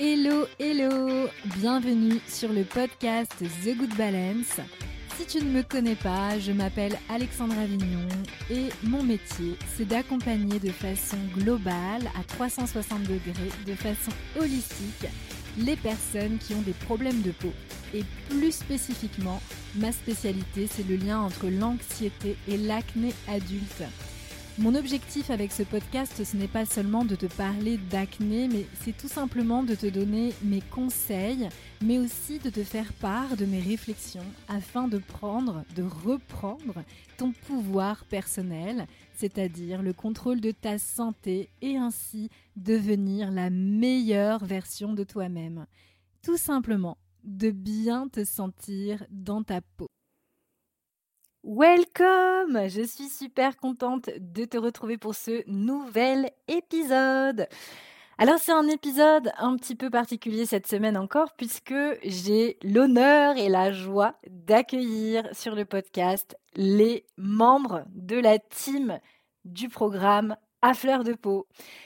Hello, hello! Bienvenue sur le podcast The Good Balance. Si tu ne me connais pas, je m'appelle Alexandra Vignon et mon métier, c'est d'accompagner de façon globale, à 360 degrés, de façon holistique, les personnes qui ont des problèmes de peau. Et plus spécifiquement, ma spécialité, c'est le lien entre l'anxiété et l'acné adulte. Mon objectif avec ce podcast, ce n'est pas seulement de te parler d'acné, mais c'est tout simplement de te donner mes conseils, mais aussi de te faire part de mes réflexions afin de reprendre ton pouvoir personnel, c'est-à-dire le contrôle de ta santé et ainsi devenir la meilleure version de toi-même. Tout simplement, de bien te sentir dans ta peau. Welcome! Je suis super contente de te retrouver pour ce nouvel épisode. Alors c'est un épisode un petit peu particulier cette semaine encore puisque j'ai l'honneur et la joie d'accueillir sur le podcast les membres de la team du programme À Fleur de Peau.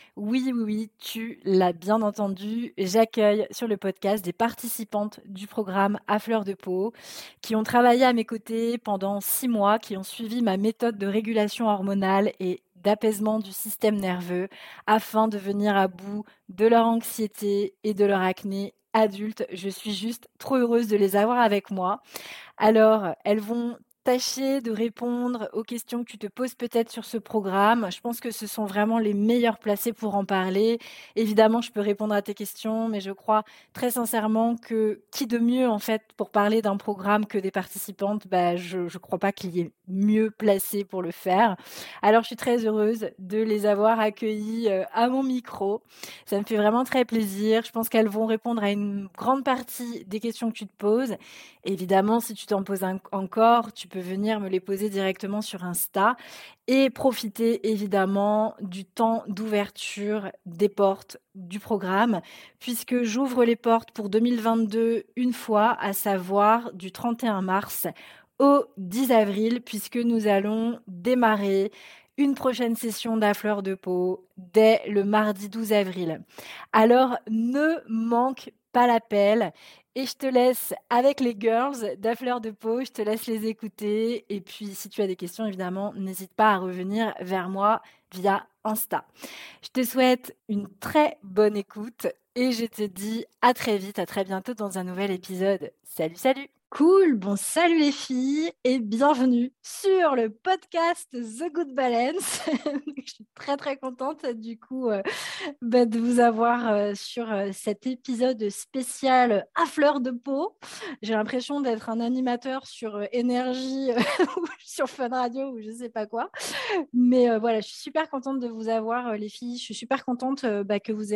Oui, tu l'as bien entendu, j'accueille sur le podcast des participantes du programme À Fleur de Peau qui ont travaillé à mes côtés pendant 6 mois, qui ont suivi ma méthode de régulation hormonale et d'apaisement du système nerveux afin de venir à bout de leur anxiété et de leur acné adulte. Je suis juste trop heureuse de les avoir avec moi. Alors, elles vont tâcher de répondre aux questions que tu te poses peut-être sur ce programme. Je pense que ce sont vraiment les meilleures placées pour en parler. Évidemment, je peux répondre à tes questions, mais je crois très sincèrement que qui de mieux en fait pour parler d'un programme que des participantes, je crois pas qu'il y ait mieux placé pour le faire. Alors, je suis très heureuse de les avoir accueillies à mon micro. Ça me fait vraiment très plaisir. Je pense qu'elles vont répondre à une grande partie des questions que tu te poses. Évidemment, si tu t'en poses encore, tu peux venir me les poser directement sur Insta et profiter évidemment du temps d'ouverture des portes du programme, puisque j'ouvre les portes pour 2022 une fois, à savoir du 31 mars au 10 avril, puisque nous allons démarrer une prochaine session d'À Fleur de Peau dès le mardi 12 avril. Alors, ne manque pas l'appel. Et je te laisse avec les girls d'À Fleur de Peau, je te laisse les écouter. Et puis, si tu as des questions, évidemment, n'hésite pas à revenir vers moi via Insta. Je te souhaite une très bonne écoute et je te dis à très vite, à très bientôt dans un nouvel épisode. Salut, salut! Cool, bon salut les filles et bienvenue sur le podcast The Good Balance. Je suis très contente du coup de vous avoir sur cet épisode spécial À Fleur de Peau. J'ai l'impression d'être un animateur sur Énergie ou sur Fun Radio ou je sais pas quoi. Mais voilà, je suis super contente de vous avoir les filles. Je suis super contente que vous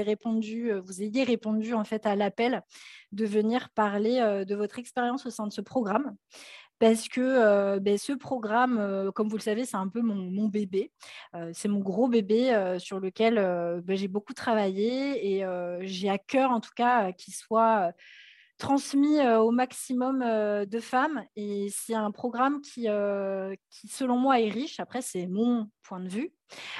ayez répondu en fait à l'appel de venir parler de votre expérience au sein de ce programme. Parce que ce programme, comme vous le savez, c'est un peu mon bébé. C'est mon gros bébé sur lequel j'ai beaucoup travaillé et j'ai à cœur en tout cas qu'il soit transmis au maximum de femmes. Et c'est un programme qui, selon moi, est riche. Après, c'est mon point de vue,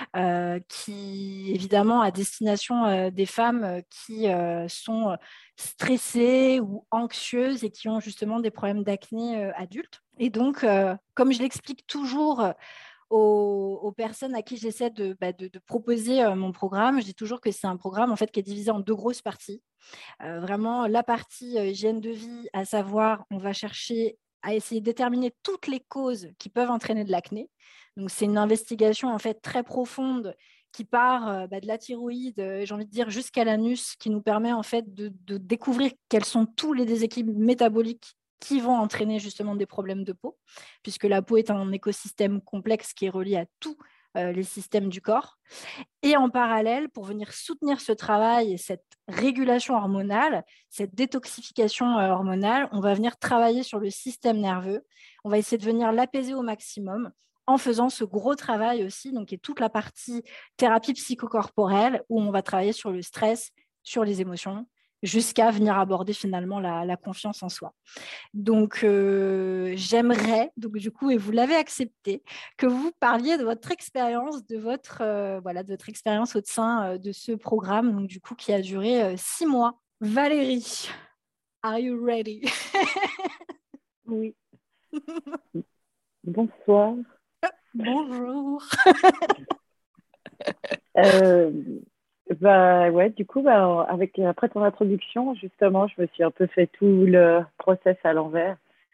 qui évidemment à destination des femmes qui sont stressées ou anxieuses et qui ont justement des problèmes d'acné adultes. Et donc, comme je l'explique toujours aux personnes à qui j'essaie de proposer mon programme, je dis toujours que c'est un programme en fait, qui est divisé en 2 grosses parties. Vraiment, la partie hygiène de vie, à savoir, on va chercher à essayer de déterminer toutes les causes qui peuvent entraîner de l'acné. Donc, c'est une investigation en fait très profonde qui part de la thyroïde, j'ai envie de dire, jusqu'à l'anus, qui nous permet en fait de découvrir quels sont tous les déséquilibres métaboliques qui vont entraîner justement des problèmes de peau, puisque la peau est un écosystème complexe qui est relié à tous les systèmes du corps. Et en parallèle, pour venir soutenir ce travail et cette régulation hormonale, cette détoxification hormonale, on va venir travailler sur le système nerveux. On va essayer de venir l'apaiser au maximum en faisant ce gros travail aussi, donc qui est toute la partie thérapie psychocorporelle, où on va travailler sur le stress, sur les émotions, jusqu'à venir aborder finalement la confiance en soi. Donc, j'aimerais, donc du coup, et vous l'avez accepté, que vous parliez de votre expérience, de votre expérience au sein de ce programme, donc du coup, qui a duré 6 mois. Valérie, are you ready? Oui, bonsoir. Bonjour. Euh, Bah ouais, du coup, bah, après ton introduction, justement, je me suis un peu fait tout le process à l'envers.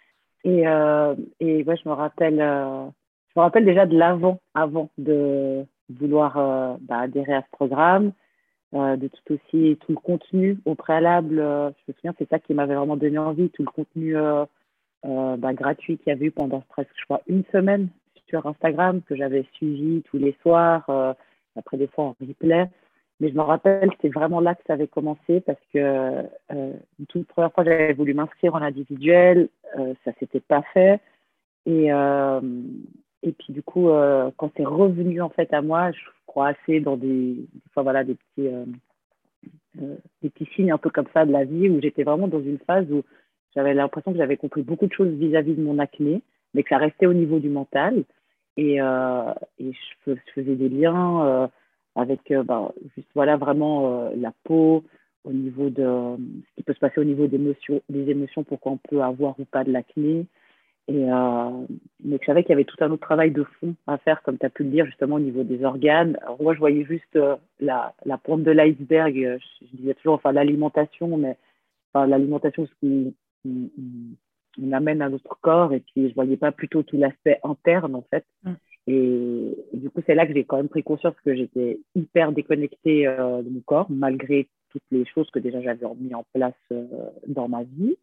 Et ouais, je me rappelle déjà de avant de vouloir adhérer à ce programme, de tout aussi tout le contenu au préalable. Je me souviens, c'est ça qui m'avait vraiment donné envie, tout le contenu gratuit qu'il y avait eu pendant presque, je crois, une semaine sur Instagram que j'avais suivi tous les soirs, après des fois en replay. Mais je me rappelle que c'est vraiment là que ça avait commencé parce que une toute première fois, j'avais voulu m'inscrire en individuel, ça s'était pas fait. Et, euh, et puis du coup, quand c'est revenu en fait à moi, je crois assez dans des fois, voilà, des petits signes un peu comme ça de la vie où j'étais vraiment dans une phase où j'avais l'impression que j'avais compris beaucoup de choses vis-à-vis de mon acné, mais que ça restait au niveau du mental. Et je faisais des liens avec juste voilà vraiment la peau, au niveau de ce qui peut se passer au niveau des émotions, pourquoi on peut avoir ou pas de l'acné. Mais je savais qu'il y avait tout un autre travail de fond à faire, comme tu as pu le dire, justement au niveau des organes. Alors, moi, je voyais juste la pointe de l'iceberg. Je disais toujours, enfin, l'alimentation, mais enfin, l'alimentation, ce qu'on amène à notre corps, et puis je voyais pas plutôt tout l'aspect interne, en fait. Mm. Et du coup, c'est là que j'ai quand même pris conscience que j'étais hyper déconnectée de mon corps, malgré toutes les choses que déjà j'avais mis en place dans ma vie.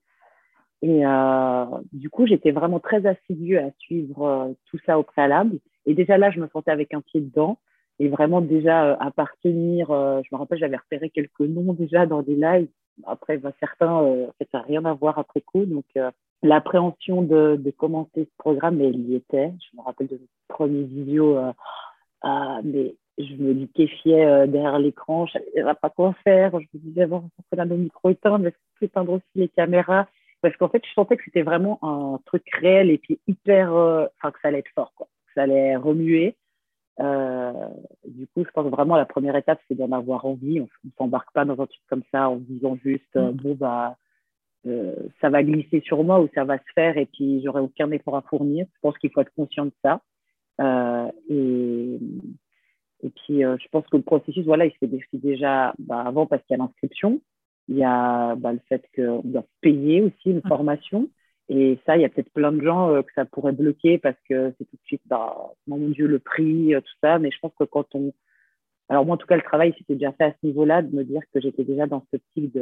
Du coup, j'étais vraiment très assidue à suivre tout ça au préalable. Et déjà là, je me sentais avec un pied dedans et vraiment déjà appartenir. Je me rappelle, j'avais repéré quelques noms déjà dans des lives. Après, certains, en fait, ça n'a rien à voir après coup. Donc, l'appréhension de commencer ce programme, elle y était. Je me rappelle de mes premiers vidéos, mais je me liquéfiais derrière l'écran. Je ne savais pas quoi faire. Je me disais, bon, on a nos micros éteints, mais est-ce qu'on peut éteindre aussi les caméras? Parce qu'en fait, je sentais que c'était vraiment un truc réel et puis hyper, enfin, que ça allait être fort, quoi. Que ça allait remuer. Euh, du coup, je pense vraiment la première étape, c'est d'en avoir envie. On ne s'embarque pas dans un truc comme ça en se disant juste, Mm. bon, bah, ça va glisser sur moi ou ça va se faire et puis j'aurai aucun effort à fournir. Je pense qu'il faut être conscient de ça. Euh, et, et puis, je pense que le processus, voilà, il se fait déjà avant parce qu'il y a l'inscription. Il y a le fait qu'on doit payer aussi une Mm. formation. Et ça, il y a peut-être plein de gens que ça pourrait bloquer parce que c'est tout de suite, mon Dieu, le prix, tout ça. Mais je pense que quand on. Alors, moi, en tout cas, le travail s'était déjà fait à ce niveau-là, de me dire que j'étais déjà dans ce type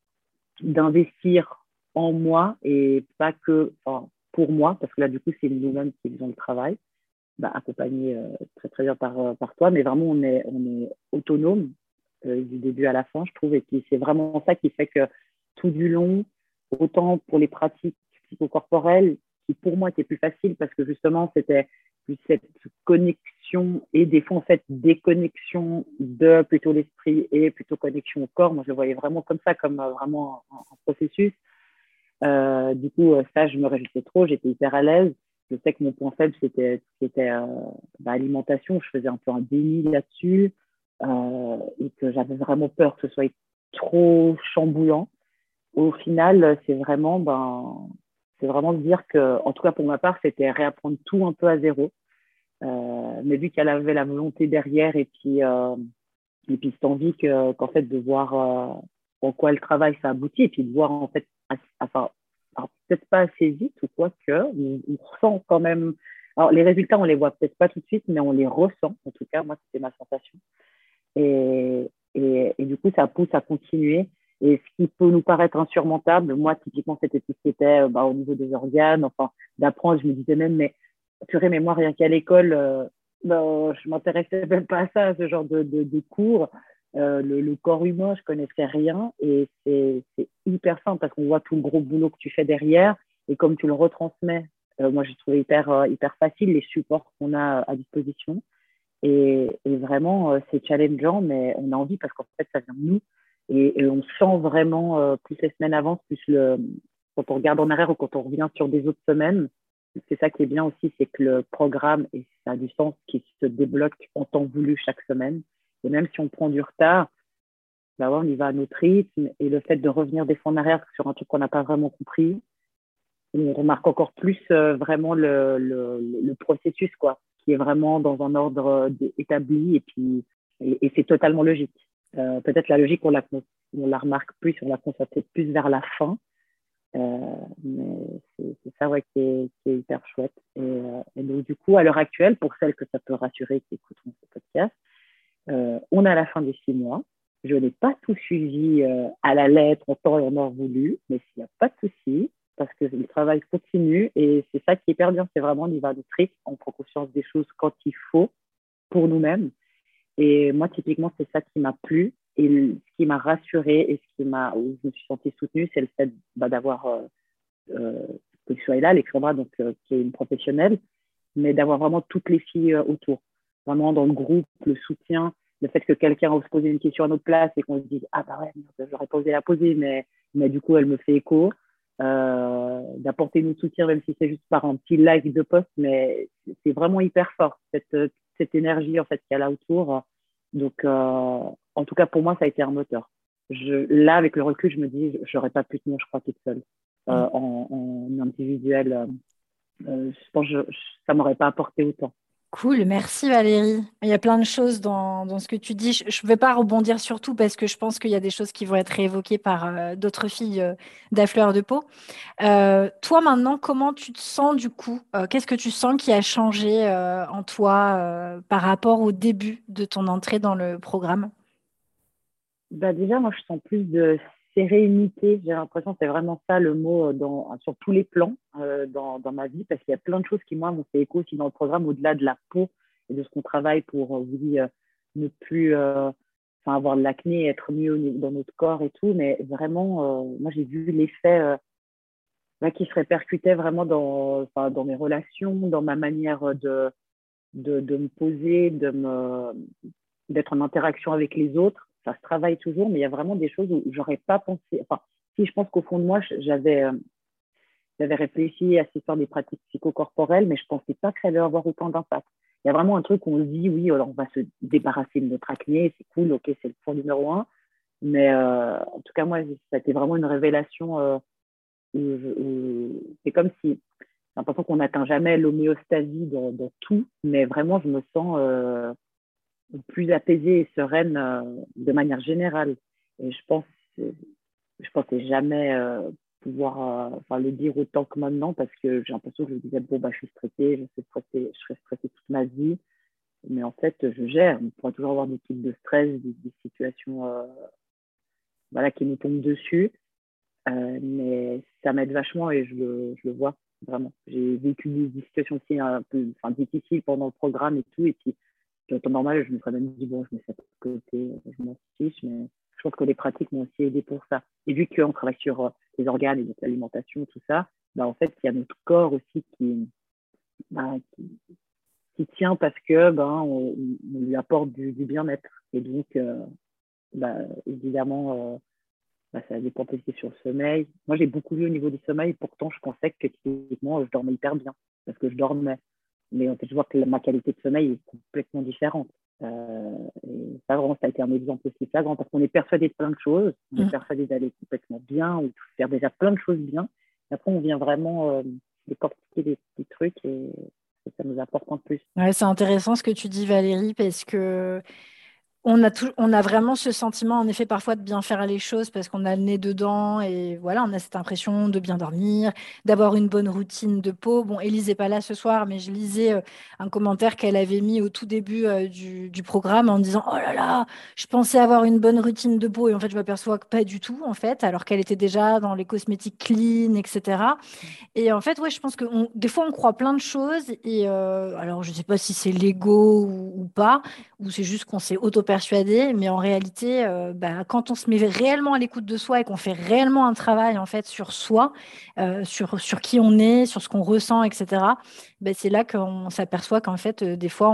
d'investir en moi et pas que pour moi, parce que là, du coup, c'est nous-mêmes qui faisons le travail accompagné très très bien par toi, mais vraiment on est autonome du début à la fin, je trouve, et puis c'est vraiment ça qui fait que tout du long, autant pour les pratiques psychocorporelles, qui pour moi étaient plus faciles parce que justement c'était plus cette connexion et des fois en fait déconnexion de plutôt l'esprit et plutôt connexion au corps. Moi je le voyais vraiment comme ça, comme vraiment un processus. Du coup, ça, je me réjouissais trop, j'étais hyper à l'aise. Je sais que mon point faible, c'était l'alimentation. Je faisais un peu un déni là-dessus et que j'avais vraiment peur que ce soit trop chamboulant. Au final, c'est vraiment de dire que, en tout cas pour ma part, c'était réapprendre tout un peu à zéro. Mais vu qu'elle avait la volonté derrière et puis cette envie qu'en fait de voir en quoi le travail ça aboutit et puis de voir en fait enfin alors, peut-être pas assez vite ou quoi que on ressent quand même alors les résultats on les voit peut-être pas tout de suite mais on les ressent en tout cas moi c'était ma sensation et du coup ça pousse à continuer et ce qui peut nous paraître insurmontable moi typiquement c'était tout ce qui était au niveau des organes enfin d'apprendre je me disais même mais purée mais moi rien qu'à l'école je m'intéressais même pas à ça, à ce genre de cours. Le corps humain, je connaissais rien et c'est hyper simple parce qu'on voit tout le gros boulot que tu fais derrière et comme tu le retransmets, moi j'ai trouvé hyper facile les supports qu'on a à disposition et vraiment c'est challengeant mais on a envie parce qu'en fait ça vient de nous et on sent vraiment plus les semaines avancent, quand on regarde en arrière ou quand on revient sur des autres semaines, c'est ça qui est bien aussi, c'est que le programme, et ça a du sens, qui se débloque en temps voulu chaque semaine. Et même si on prend du retard, bah ouais, on y va à notre rythme. Et le fait de revenir des fois en arrière sur un truc qu'on n'a pas vraiment compris, on remarque encore plus vraiment le processus, quoi, qui est vraiment dans un ordre établi et puis et c'est totalement logique. Peut-être la logique, on la remarque plus, on la constate peut-être plus vers la fin, mais c'est ça ouais, qui est hyper chouette. Et donc, du coup, à l'heure actuelle, pour celles que ça peut rassurer qui écouteront ce podcast, on est à la fin des 6 mois. Je n'ai pas tout suivi à la lettre, en temps et en heure voulu, mais s'il n'y a pas de souci, parce que le travail continue et c'est ça qui est hyper bien, c'est vraiment on y va de trick, on prend conscience des choses quand il faut pour nous-mêmes. Et moi, typiquement, c'est ça qui m'a plu et ce qui m'a rassurée et où je me suis sentie soutenue, c'est le fait d'avoir que tu sois là, Alexandra, donc, qui est une professionnelle, mais d'avoir vraiment toutes les filles autour. Vraiment dans le groupe, le soutien, le fait que quelqu'un ose poser une question à notre place et qu'on se dise ah bah ouais, j'aurais pas osé la poser, mais du coup elle me fait écho. D'apporter notre soutien, même si c'est juste par un petit like de post, mais c'est vraiment hyper fort, cette énergie en fait qu'il y a là autour. Donc, en tout cas, pour moi, ça a été un moteur. Là, avec le recul, je me dis, j'aurais pas pu tenir, je crois, toute seule en individuel. Je pense que ça m'aurait pas apporté autant. Cool, merci Valérie. Il y a plein de choses dans ce que tu dis. Je ne vais pas rebondir sur tout parce que je pense qu'il y a des choses qui vont être réévoquées par d'autres filles d'Affleur de Peau. Toi maintenant, comment tu te sens du coup? Qu'est-ce que tu sens qui a changé en toi par rapport au début de ton entrée dans le programme? Bah déjà, moi, je sens plus de sérénité. J'ai l'impression que c'est vraiment ça le mot sur tous les plans dans ma vie, parce qu'il y a plein de choses qui, moi, m'ont fait écho aussi dans le programme, au-delà de la peau et de ce qu'on travaille pour, oui, ne plus avoir de l'acné, être mieux dans notre corps et tout. Mais vraiment, moi, j'ai vu l'effet qui se répercutait vraiment dans mes relations, dans ma manière de me poser, d'être en interaction avec les autres. Ça se travaille toujours, mais il y a vraiment des choses où j'aurais pas pensé. Enfin, si je pense qu'au fond de moi, j'avais réfléchi à cette histoire des pratiques psychocorporelles, mais je pensais pas que ça allait avoir autant d'impact. Il y a vraiment un truc où on se dit, oui, alors on va se débarrasser de notre acné, c'est cool, ok, c'est le point numéro un. Mais en tout cas, moi, ça a été vraiment une révélation où c'est comme si j'ai l'impression qu'on n'atteint jamais l'homéostasie dans tout, mais vraiment, je me sens plus apaisée et sereine de manière générale. Et je pensais jamais pouvoir le dire autant que maintenant parce que j'ai l'impression que je me disais, bon, bah, je suis stressée, je serai stressée toute ma vie. Mais en fait, je gère. On pourra toujours avoir des types de stress, des situations voilà, qui nous tombent dessus. Mais ça m'aide vachement et je le vois vraiment. J'ai vécu des situations aussi un peu difficiles pendant le programme et tout. Et puis, en temps normal, je me serais même dit, bon, je mets ça de côté, je m'en fiche. Mais je pense que les pratiques m'ont aussi aidé pour ça. Et vu qu'on travaille sur les organes et notre alimentation, tout ça, bah, en fait, il y a notre corps aussi bah, qui tient parce que on lui apporte du bien-être. Et donc, bah, évidemment, ça dépend aussi sur le sommeil. Moi, j'ai beaucoup vu au niveau du sommeil. Pourtant, je pensais que typiquement, je dormais hyper bien parce que je dormais. Mais en fait, je vois que ma qualité de sommeil est complètement différente. Et ça, vraiment, ça a été un exemple aussi flagrant parce qu'on est persuadé de plein de choses. On est persuadé d'aller complètement bien ou de faire déjà plein de choses bien. Et après, on vient vraiment décortiquer des petits trucs et ça nous apporte un plus. Ouais, c'est intéressant ce que tu dis Valérie parce que on a vraiment ce sentiment, en effet, parfois de bien faire les choses parce qu'on a le nez dedans et voilà, on a cette impression de bien dormir, d'avoir une bonne routine de peau. Bon, Élise n'est pas là ce soir, mais je lisais un commentaire qu'elle avait mis au tout début du programme en disant, oh là là, je pensais avoir une bonne routine de peau et en fait, je m'aperçois que pas du tout, en fait, alors qu'elle était déjà dans les cosmétiques clean, etc. Et en fait, ouais, je pense que des fois, on croit plein de choses. Et alors, je ne sais pas si c'est l'ego ou pas, ou c'est juste qu'on s'est auto-persuadé. Mais en réalité, quand on se met réellement à l'écoute de soi et qu'on fait réellement un travail en fait sur soi, sur qui on est, sur ce qu'on ressent, etc., c'est là qu'on s'aperçoit qu'en fait, des fois,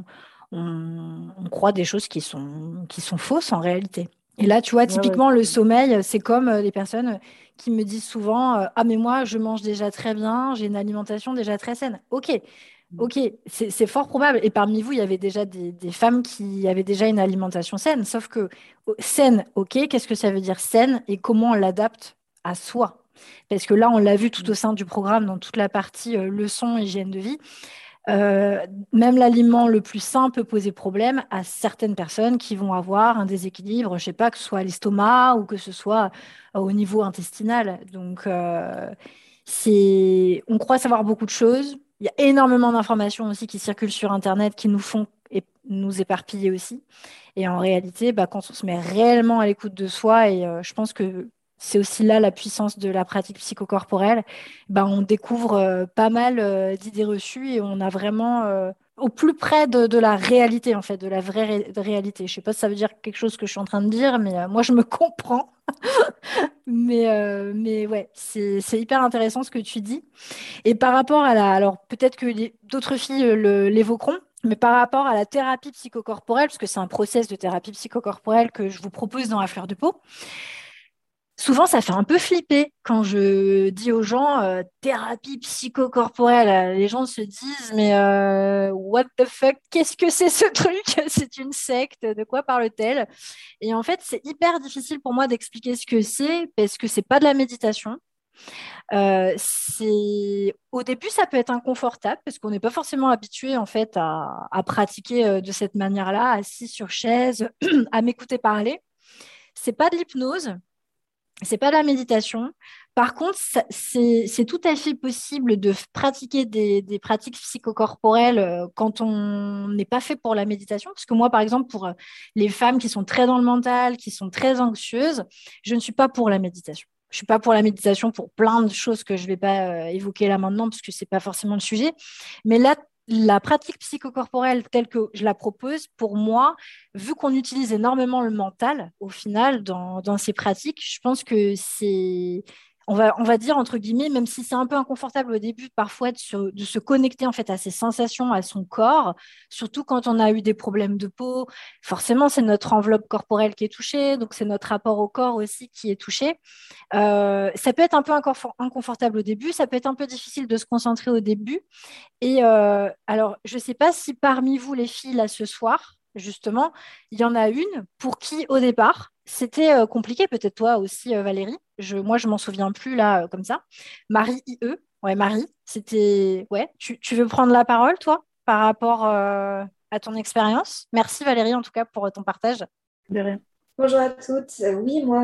on croit des choses qui sont fausses en réalité. Et là, tu vois, Ouais, ouais, typiquement, le sommeil, c'est comme les personnes qui me disent souvent ah mais moi je mange déjà très bien, j'ai une alimentation déjà très saine. Ok, Ok, c'est fort probable. Et parmi vous, il y avait déjà des femmes qui avaient déjà une alimentation saine. Sauf que saine, ok, qu'est-ce que ça veut dire saine et comment on l'adapte à soi? Parce que là, on l'a vu tout au sein du programme, dans toute la partie leçon, hygiène de vie. Euh, Même l'aliment le plus sain peut poser problème à certaines personnes qui vont avoir un déséquilibre, je sais pas, que ce soit à l'estomac ou que ce soit au niveau intestinal. Donc, on croit savoir beaucoup de choses. Il y a énormément d'informations aussi qui circulent sur Internet qui nous font nous éparpiller aussi. Et en réalité, bah, quand on se met réellement à l'écoute de soi, et je pense que c'est aussi là la puissance de la pratique psychocorporelle, bah, on découvre pas mal d'idées reçues et on a vraiment au plus près de la réalité, en fait, de la vraie réalité. Je sais pas si ça veut dire quelque chose que je suis en train de dire, mais moi, je me comprends. Mais ouais, c'est hyper intéressant ce que tu dis. Et par rapport à la... Alors, peut-être que d'autres filles l'évoqueront, mais par rapport à la thérapie psychocorporelle, parce que c'est un process de thérapie psychocorporelle que je vous propose dans la fleur de peau, souvent ça fait un peu flipper quand je dis aux gens thérapie psychocorporelle. Les gens se disent, mais what the fuck, qu'est-ce que c'est ce truc? C'est une secte, de quoi parle-t-elle? Et en fait, c'est hyper difficile pour moi d'expliquer ce que c'est, parce que c'est pas de la méditation. Au début, ça peut être inconfortable parce qu'on n'est pas forcément habitué en fait à pratiquer de cette manière-là, assis sur chaise, à m'écouter parler. C'est pas de l'hypnose, c'est pas de la méditation. Par contre, c'est tout à fait possible de pratiquer des pratiques psychocorporelles quand on n'est pas fait pour la méditation. Parce que moi, par exemple, pour les femmes qui sont très dans le mental, qui sont très anxieuses, je ne suis pas pour la méditation. Je suis pas pour la méditation pour plein de choses que je vais pas évoquer là maintenant parce que c'est pas forcément le sujet. Mais là, la pratique psychocorporelle telle que je la propose, pour moi, vu qu'on utilise énormément le mental au final dans ces pratiques, je pense que on va dire entre guillemets, même si c'est un peu inconfortable au début parfois de se connecter en fait à ses sensations, à son corps, surtout quand on a eu des problèmes de peau, forcément c'est notre enveloppe corporelle qui est touchée, donc c'est notre rapport au corps aussi qui est touché. Ça peut être un peu inconfortable au début, ça peut être un peu difficile de se concentrer au début, et alors, je ne sais pas si parmi vous, les filles, là, ce soir, justement, il y en a une pour qui, au départ, c'était compliqué, peut-être toi aussi, Valérie. Moi, je m'en souviens plus, là, comme ça. Marie IE. Ouais, Marie, c'était... Ouais, tu veux prendre la parole, toi, par rapport à ton expérience? Merci, Valérie, en tout cas, pour ton partage. De rien. Bonjour à toutes. Oui, moi,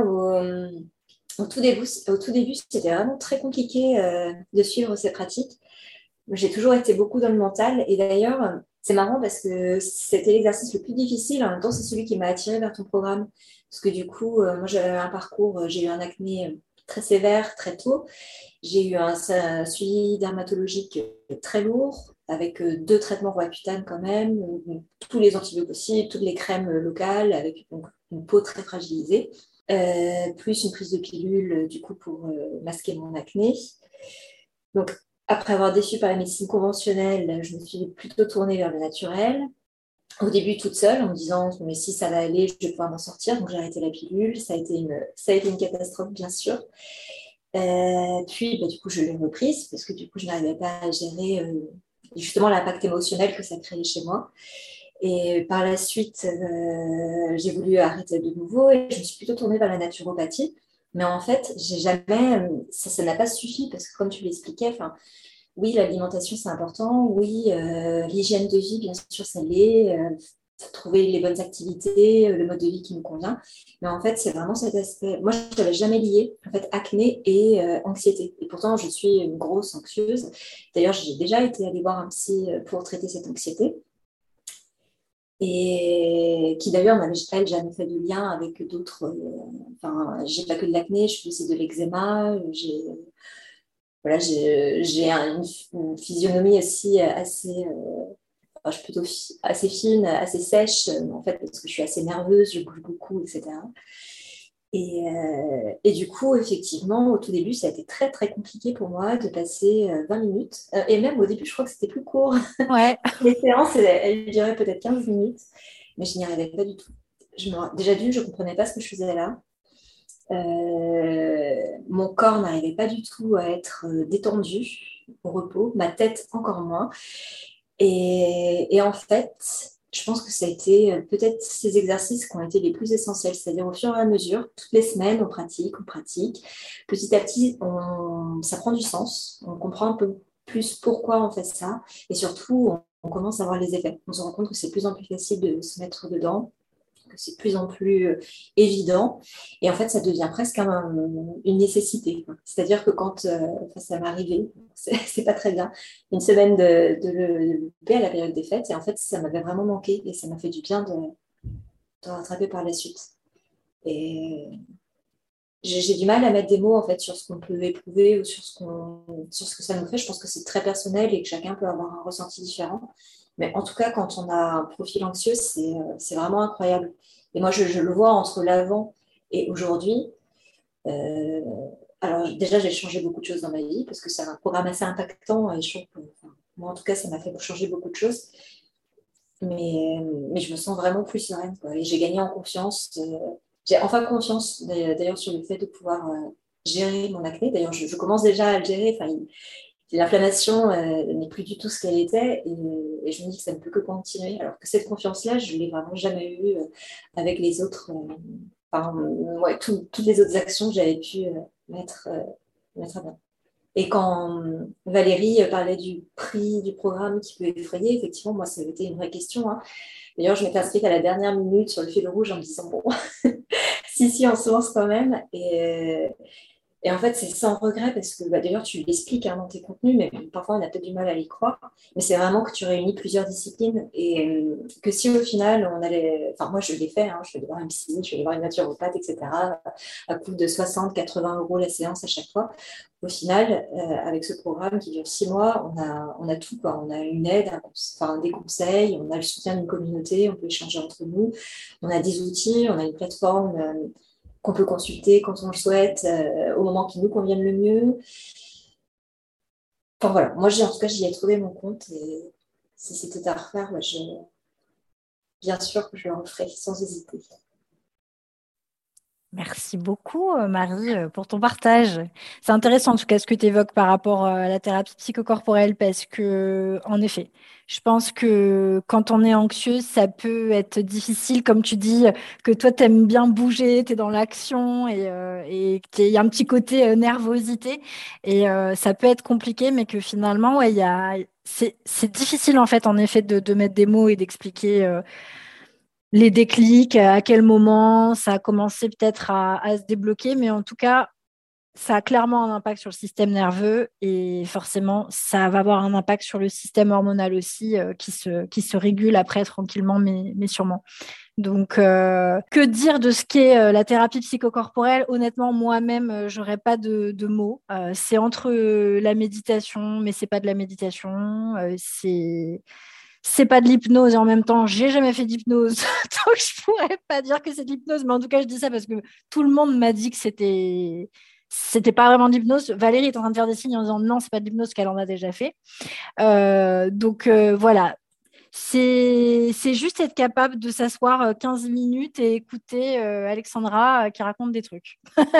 au tout début, c'était vraiment très compliqué de suivre ces pratiques. J'ai toujours été beaucoup dans le mental. Et d'ailleurs, c'est marrant parce que c'était l'exercice le plus difficile. En même temps, c'est celui qui m'a attirée vers ton programme. Parce que du coup, moi, j'avais un parcours, j'ai eu un acné très sévère, très tôt. J'ai eu un suivi dermatologique très lourd, avec deux traitements Roaccutane quand même, tous les antibiotiques possibles, toutes les crèmes locales, avec donc, une peau très fragilisée, plus une prise de pilule du coup pour masquer mon acné. Donc, après avoir déçu par la médecine conventionnelle, je me suis plutôt tournée vers le naturel. Au début, toute seule, en me disant, mais si ça va aller, je vais pouvoir m'en sortir. Donc, j'ai arrêté la pilule. Ça a été une catastrophe, bien sûr. Puis, bah, du coup, je l'ai reprise parce que du coup, je n'arrivais pas à gérer justement l'impact émotionnel que ça créait chez moi. Et par la suite, j'ai voulu arrêter de nouveau et je me suis plutôt tournée vers la naturopathie. Mais en fait, j'ai jamais, ça n'a pas suffi parce que comme tu l'expliquais, enfin, oui, l'alimentation, c'est important. Oui, l'hygiène de vie, bien sûr, ça l'est. Trouver les bonnes activités, le mode de vie qui nous convient. Mais en fait, c'est vraiment cet aspect. Moi, je n'avais jamais lié en fait, acné et anxiété. Et pourtant, je suis une grosse anxieuse. D'ailleurs, j'ai déjà été allée voir un psy pour traiter cette anxiété. Et qui d'ailleurs n'avait elle jamais fait de lien avec d'autres. Enfin, j'ai pas que de l'acné, je fais aussi de l'eczéma, voilà, une physionomie aussi assez, enfin, je suis plutôt assez fine, assez sèche, en fait, parce que je suis assez nerveuse, je bouge beaucoup, etc. Et du coup, effectivement, au tout début, ça a été très, très compliqué pour moi de passer 20 minutes. Et même au début, je crois que c'était plus court. Ouais. Les séances, elles duraient peut-être 15 minutes, mais je n'y arrivais pas du tout. Déjà d'une, je ne comprenais pas ce que je faisais là. Mon corps n'arrivait pas du tout à être détendu. au repos, ma tête encore moins. Et en fait, je pense que ça a été peut-être ces exercices qui ont été les plus essentiels, c'est-à-dire au fur et à mesure, toutes les semaines, on pratique. Petit à petit, ça prend du sens, on comprend un peu plus pourquoi on fait ça, et surtout, on commence à voir les effets. On se rend compte que c'est de plus en plus facile de se mettre dedans, que c'est de plus en plus évident. Et en fait, ça devient presque une nécessité, quoi. C'est-à-dire que quand ça m'est arrivé, c'est pas très bien, une semaine de le louper à la période des fêtes, et en fait, ça m'avait vraiment manqué, et ça m'a fait du bien de rattraper par la suite. Et j'ai du mal à mettre des mots en fait sur ce qu'on peut éprouver ou sur ce que ça nous fait. Je pense que c'est très personnel et que chacun peut avoir un ressenti différent. Mais en tout cas, quand on a un profil anxieux, c'est vraiment incroyable. Et moi, je le vois entre l'avant et aujourd'hui. Euh, alors déjà, j'ai changé beaucoup de choses dans ma vie parce que c'est un programme assez impactant et je trouve que, enfin, moi, en tout cas, ça m'a fait changer beaucoup de choses. Mais je me sens vraiment plus sereine, quoi. Et j'ai gagné en confiance. J'ai enfin confiance d'ailleurs sur le fait de pouvoir gérer mon acné. D'ailleurs, je commence déjà à le gérer. Enfin, l'inflammation n'est plus du tout ce qu'elle était et je me dis que ça ne peut que continuer. Alors que cette confiance-là, je ne l'ai vraiment jamais eue avec les autres. Enfin, ouais, toutes les autres actions que j'avais pu mettre, mettre à bien. Et quand Valérie parlait du prix du programme qui peut effrayer, effectivement, moi, ça avait été une vraie question, hein. D'ailleurs, je m'étais inscrite à la dernière minute sur le fil rouge en me disant, bon, si, on se lance quand même. Et en fait, c'est sans regret parce que d'ailleurs, tu l'expliques hein, dans tes contenus, mais parfois on a peut-être du mal à y croire. Mais c'est vraiment que tu réunis plusieurs disciplines et que si au final on allait. Enfin, moi je l'ai fait, hein, je suis allée voir un psy, je suis allée voir une naturopathe, etc. À coût de 60, 80 euros la séance à chaque fois. Au final, avec ce programme qui dure 6 mois, on a tout, quoi. On a une aide, enfin, des conseils, on a le soutien d'une communauté, on peut échanger entre nous, on a des outils, on a une plateforme qu'on peut consulter quand on le souhaite, au moment qui nous convienne le mieux. Enfin voilà, moi en tout cas j'y ai trouvé mon compte et si c'était à refaire, bien sûr que je le referais sans hésiter. Merci beaucoup, Marie, pour ton partage. C'est intéressant, en tout cas, ce que tu évoques par rapport à la thérapie psychocorporelle, parce que, en effet, je pense que quand on est anxieux, ça peut être difficile, comme tu dis, que toi, tu aimes bien bouger, tu es dans l'action et qu'il y a un petit côté nervosité. Et ça peut être compliqué, mais que finalement, ouais, c'est difficile, en fait, en effet, de mettre des mots et d'expliquer. Les déclics, à quel moment ça a commencé peut-être à se débloquer, mais en tout cas, ça a clairement un impact sur le système nerveux et forcément, ça va avoir un impact sur le système hormonal aussi qui se régule après tranquillement, mais sûrement. Donc, que dire de ce qu'est la thérapie psychocorporelle? Honnêtement, moi-même, j'aurais pas de mots. C'est entre la méditation, mais c'est pas de la méditation. C'est pas de l'hypnose et en même temps, j'ai jamais fait d'hypnose, donc je pourrais pas dire que c'est de l'hypnose, mais en tout cas, je dis ça parce que tout le monde m'a dit que c'était pas vraiment de l'hypnose. Valérie est en train de faire des signes en disant non, c'est pas de l'hypnose qu'elle en a déjà fait. Donc voilà, c'est juste être capable de s'asseoir 15 minutes et écouter Alexandra qui raconte des trucs.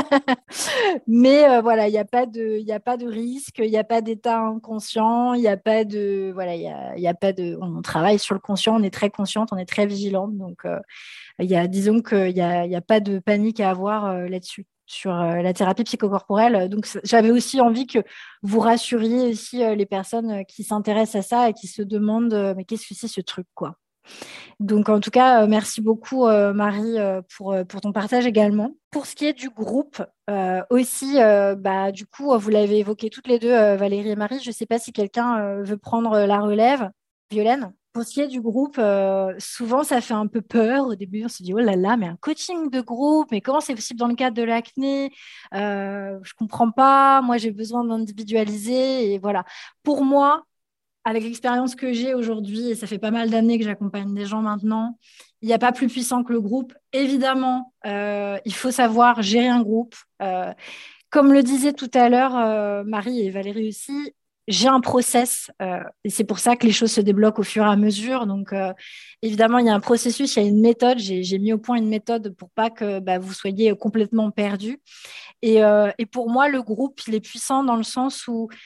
Mais voilà, il y a pas de risque, il n'y a pas d'état inconscient, il n'y a pas de. Voilà, il y a pas de. On travaille sur le conscient, on est très consciente, on est très vigilante. Donc, disons qu'il y a pas de panique à avoir là-dessus, sur la thérapie psychocorporelle. Donc, j'avais aussi envie que vous rassuriez aussi les personnes qui s'intéressent à ça et qui se demandent mais qu'est-ce que c'est ce truc, quoi. Donc, en tout cas, merci beaucoup, Marie, pour ton partage également. Pour ce qui est du groupe, aussi, du coup, vous l'avez évoqué toutes les deux, Valérie et Marie. Je ne sais pas si quelqu'un veut prendre la relève. Violaine? Pour ce qui est du groupe, souvent ça fait un peu peur. Au début, on se dit, oh là là, mais un coaching de groupe, mais comment c'est possible dans le cadre de l'acné? Je comprends pas. Moi, j'ai besoin d'individualiser. Et voilà. Pour moi, avec l'expérience que j'ai aujourd'hui, et ça fait pas mal d'années que j'accompagne des gens maintenant, il n'y a pas plus puissant que le groupe. Évidemment, il faut savoir gérer un groupe. Comme le disait tout à l'heure Marie et Valérie aussi, j'ai un process et c'est pour ça que les choses se débloquent au fur et à mesure. Donc, évidemment, il y a un processus, il y a une méthode. J'ai mis au point une méthode pour pas que vous soyez complètement perdus. Et pour moi, le groupe, il est puissant dans le sens où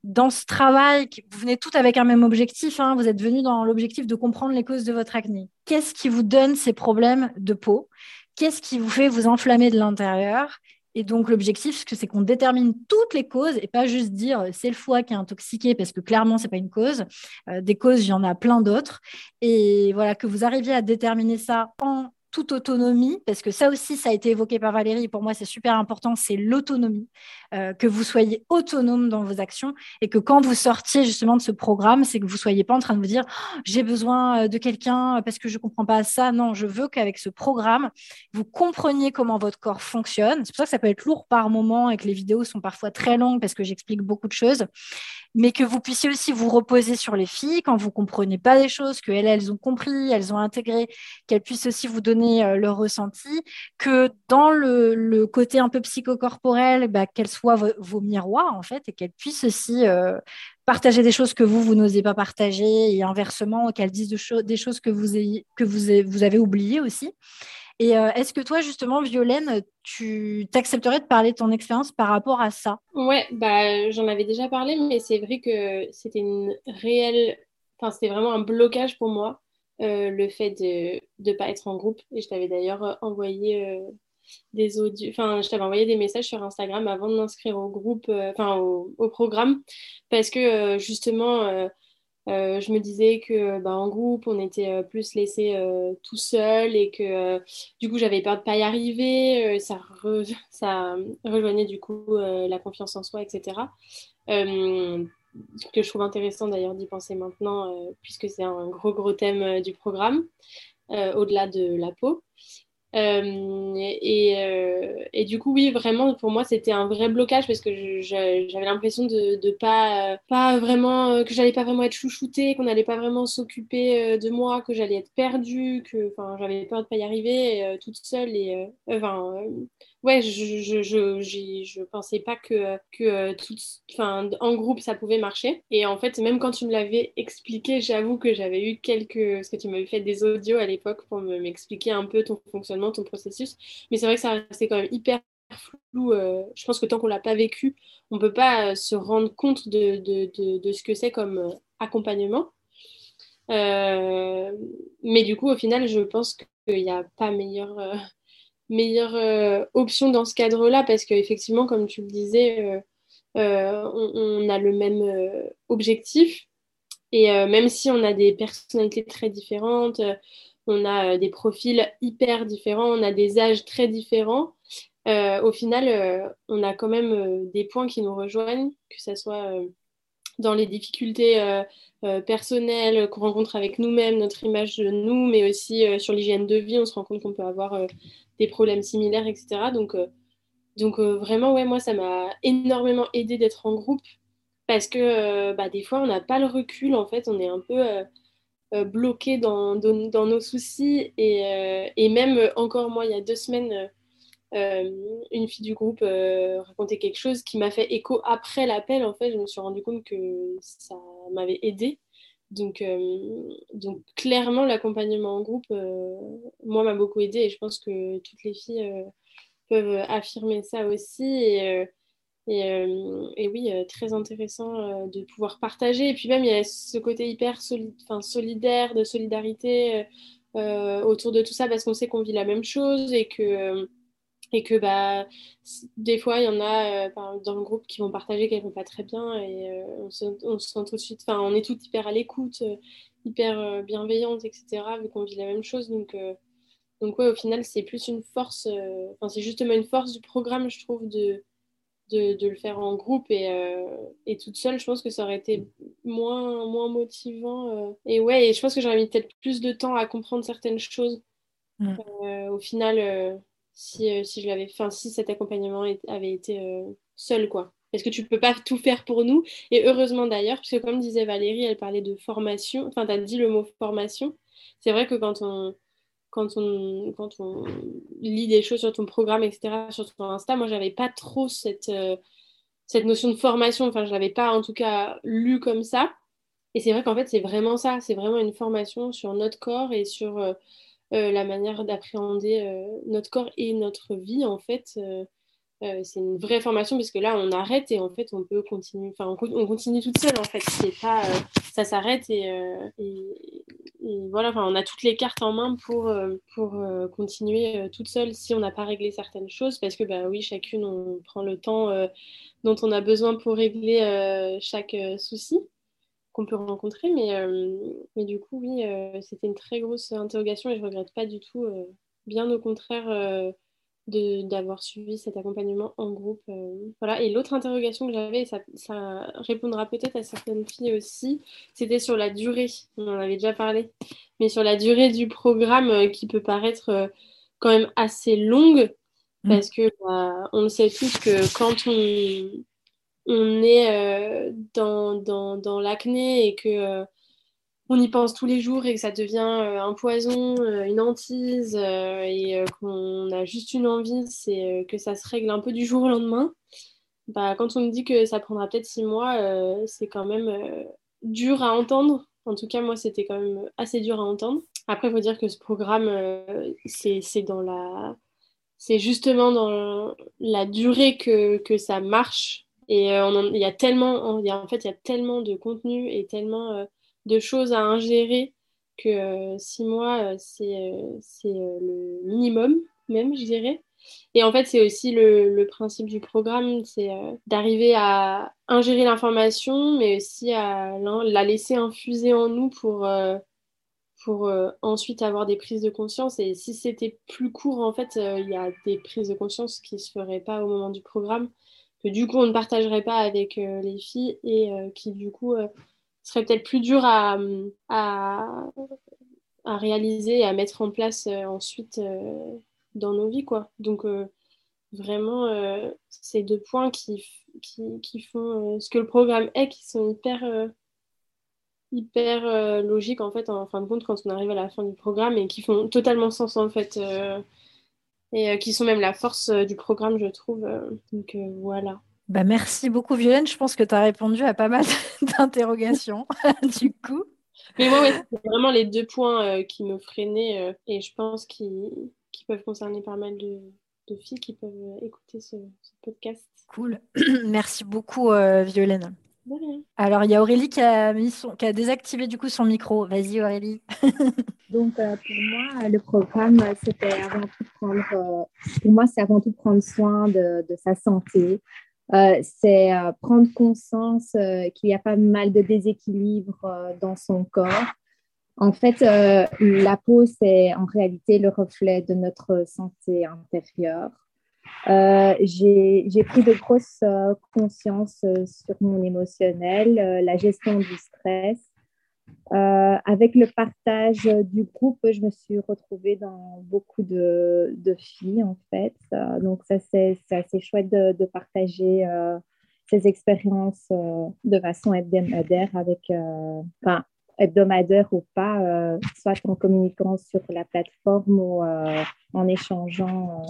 dans ce travail, vous venez toutes avec un même objectif, hein, vous êtes venus dans l'objectif de comprendre les causes de votre acné. Qu'est-ce qui vous donne ces problèmes de peau? Qu'est-ce qui vous fait vous enflammer de l'intérieur? Et donc, l'objectif, c'est qu'on détermine toutes les causes et pas juste dire c'est le foie qui est intoxiqué parce que clairement, ce n'est pas une cause. Des causes, il y en a plein d'autres. Et voilà, que vous arriviez à déterminer ça en toute autonomie, parce que ça aussi, ça a été évoqué par Valérie. Et pour moi, c'est super important, c'est l'autonomie. Que vous soyez autonome dans vos actions et que quand vous sortiez justement de ce programme, c'est que vous ne soyez pas en train de vous dire j'ai besoin de quelqu'un parce que je ne comprends pas ça. Non, je veux qu'avec ce programme, vous compreniez comment votre corps fonctionne. C'est pour ça que ça peut être lourd par moment et que les vidéos sont parfois très longues parce que j'explique beaucoup de choses, mais que vous puissiez aussi vous reposer sur les filles quand vous ne comprenez pas des choses, qu'elles, elles ont compris, elles ont intégré, qu'elles puissent aussi vous donner leur ressenti, que dans le côté un peu psychocorporel, bah, qu'elles soient vos miroirs, en fait, et qu'elles puissent aussi partager des choses que vous n'osez pas partager, et inversement, qu'elles disent des choses que vous avez oubliées aussi. Et est-ce que toi, justement, Violaine, tu t'accepterais de parler de ton expérience par rapport à ça? Ouais, bah, j'en avais déjà parlé, mais c'est vrai que c'était une réelle... Enfin, c'était vraiment un blocage pour moi, le fait de ne pas être en groupe. Et je t'avais d'ailleurs envoyé des audios... Enfin, je t'avais envoyé des messages sur Instagram avant de m'inscrire au groupe, enfin, au programme, parce que justement... je me disais que bah, en groupe, on était plus laissé tout seul et que du coup, j'avais peur de pas y arriver. Ça rejoignait du coup la confiance en soi, etc. Euh, que je trouve intéressant d'ailleurs d'y penser maintenant, puisque c'est un gros thème du programme, au-delà de la peau. Et du coup, oui, vraiment, pour moi, c'était un vrai blocage parce que j'avais l'impression de pas vraiment, que j'allais pas vraiment être chouchoutée, qu'on n'allait pas vraiment s'occuper de moi, que j'allais être perdue, que, enfin, j'avais peur de pas y arriver toute seule ouais, je pensais pas que enfin, en groupe, ça pouvait marcher. Et en fait, même quand tu me l'avais expliqué, j'avoue que j'avais eu parce que tu m'avais fait des audios à l'époque pour m'expliquer un peu ton fonctionnement, ton processus. Mais c'est vrai que ça restait quand même hyper flou. Je pense que tant qu'on l'a pas vécu, on peut pas se rendre compte de ce que c'est comme accompagnement. Euh, mais du coup, au final, je pense qu'il n'y a pas meilleure option dans ce cadre-là parce qu'effectivement, comme tu le disais, on a le même objectif. Et même si on a des personnalités très différentes, on a des profils hyper différents, on a des âges très différents, au final, on a quand même des points qui nous rejoignent, que ce soit dans les difficultés personnelles qu'on rencontre avec nous-mêmes, notre image de nous, mais aussi sur l'hygiène de vie, on se rend compte qu'on peut avoir des problèmes similaires, etc. Donc vraiment, ouais, moi, ça m'a énormément aidé d'être en groupe parce que bah, des fois, on n'a pas le recul, en fait, on est un peu bloqué dans nos soucis. Et même encore moi, il y a 2 semaines, une fille du groupe racontait quelque chose qui m'a fait écho après l'appel. En fait, je me suis rendu compte que ça m'avait aidé. Donc clairement, l'accompagnement en groupe, moi, m'a beaucoup aidé et je pense que toutes les filles peuvent affirmer ça aussi. Et oui, très intéressant de pouvoir partager. Et puis même, il y a ce côté hyper solidaire, de solidarité autour de tout ça parce qu'on sait qu'on vit la même chose et que bah, des fois, il y en a dans le groupe qui vont partager qu'elles vont pas très bien et on se sent tout de suite, enfin, on est toutes hyper à l'écoute, hyper bienveillantes, etc., vu qu'on vit la même chose. Donc ouais, au final, c'est plus une force, enfin, c'est justement une force du programme, je trouve, de le faire en groupe et toute seule, je pense que ça aurait été moins motivant. Et ouais, et je pense que j'aurais mis peut-être plus de temps à comprendre certaines choses. Mm. Au final, si je l'avais fait, enfin, si cet accompagnement avait été seul, quoi. Parce que tu peux pas tout faire pour nous. Et heureusement d'ailleurs, parce que comme disait Valérie, elle parlait de formation. Enfin, tu as dit le mot formation. C'est vrai que quand on lit des choses sur ton programme, etc., sur ton Insta, moi, j'avais pas trop cette notion de formation. Enfin, je l'avais pas, en tout cas, lu comme ça. Et c'est vrai qu'en fait, c'est vraiment ça. C'est vraiment une formation sur notre corps et sur la manière d'appréhender notre corps et notre vie, en fait. c'est une vraie formation parce que là, on arrête et en fait, on peut continuer. Enfin, on continue toute seule en fait. C'est pas, ça s'arrête et voilà. Enfin, on a toutes les cartes en main pour continuer toute seule si on n'a pas réglé certaines choses parce que bah oui, chacune on prend le temps dont on a besoin pour régler chaque souci qu'on peut rencontrer. Mais du coup, oui, c'était une très grosse interrogation et je regrette pas du tout. Bien au contraire. D'avoir suivi cet accompagnement en groupe. Voilà. Et l'autre interrogation que j'avais, et ça répondra peut-être à certaines filles aussi, c'était sur la durée. On en avait déjà parlé, mais sur la durée du programme qui peut paraître quand même assez longue, parce que bah, on le sait tous que quand on est dans l'acné et que on y pense tous les jours et que ça devient un poison, une hantise et qu'on a juste une envie, c'est que ça se règle un peu du jour au lendemain. Bah, quand on me dit que ça prendra peut-être 6 mois, c'est quand même dur à entendre. En tout cas, moi, c'était quand même assez dur à entendre. Après, il faut dire que ce programme, c'est justement dans la durée que ça marche. Et il y a tellement, en fait, il y a tellement de contenu et tellement de choses à ingérer que 6 mois, c'est le minimum, même, je dirais. Et en fait, c'est aussi le principe du programme, c'est d'arriver à ingérer l'information, mais aussi à la laisser infuser en nous pour ensuite avoir des prises de conscience. Et si c'était plus court, en fait, il y a des prises de conscience qui ne se feraient pas au moment du programme, que du coup, on ne partagerait pas avec les filles et qui, du coup, serait peut-être plus dur à, à réaliser et à mettre en place ensuite dans nos vies, quoi. Donc, vraiment, ces deux points qui font ce que le programme est, qui sont hyper logiques en fait en fin de compte quand on arrive à la fin du programme et qui font totalement sens en fait et qui sont même la force du programme je trouve. Donc voilà. Bah, merci beaucoup, Violaine. Je pense que tu as répondu à pas mal d'interrogations, du coup. Mais moi ouais, c'est vraiment les deux points qui me freinaient et je pense qui peuvent concerner pas mal de filles qui peuvent écouter ce podcast. Cool. Merci beaucoup, Violaine. De rien. Alors, il y a Aurélie qui a désactivé du coup son micro. Vas-y, Aurélie. Donc, pour moi, le programme, c'était avant tout pour moi, c'est avant tout prendre soin de sa santé. C'est prendre conscience qu'il y a pas mal de déséquilibre dans son corps. En fait, la peau, c'est en réalité le reflet de notre santé intérieure. J'ai pris de grosses consciences sur mon émotionnel, la gestion du stress. Avec le partage du groupe, je me suis retrouvée dans beaucoup de filles, en fait. Donc, ça, c'est assez chouette de partager ces expériences de façon hebdomadaire enfin, hebdomadaire ou pas, soit en communiquant sur la plateforme ou en échangeant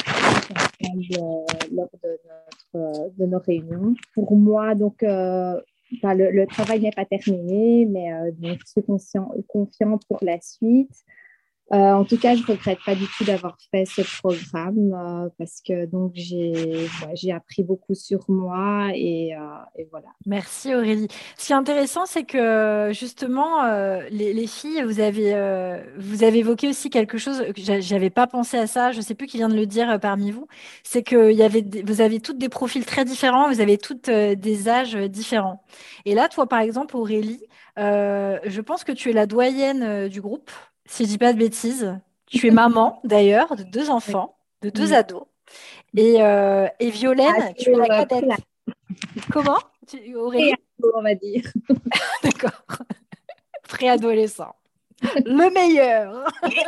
lors de nos réunions. Pour moi, donc, le travail n'est pas terminé, mais donc, je suis confiante pour la suite. En tout cas, je ne regrette pas du tout d'avoir fait ce programme parce que donc, j'ai appris beaucoup sur moi et voilà. Merci Aurélie. Ce qui est intéressant, c'est que justement, les filles, vous avez évoqué aussi quelque chose que j'avais pas pensé à ça. Je sais plus qui vient de le dire parmi vous. C'est que vous avez toutes des profils très différents, vous avez toutes des âges différents. Et là, toi, par exemple, Aurélie, je pense que tu es la doyenne du groupe, si je dis pas de bêtises. Tu es maman d'ailleurs de deux Oui. enfants, de deux Oui. ados. Et Violaine, tu es la cadette. Comment, Aurélie? On va dire. D'accord. Préadolescent. Le meilleur.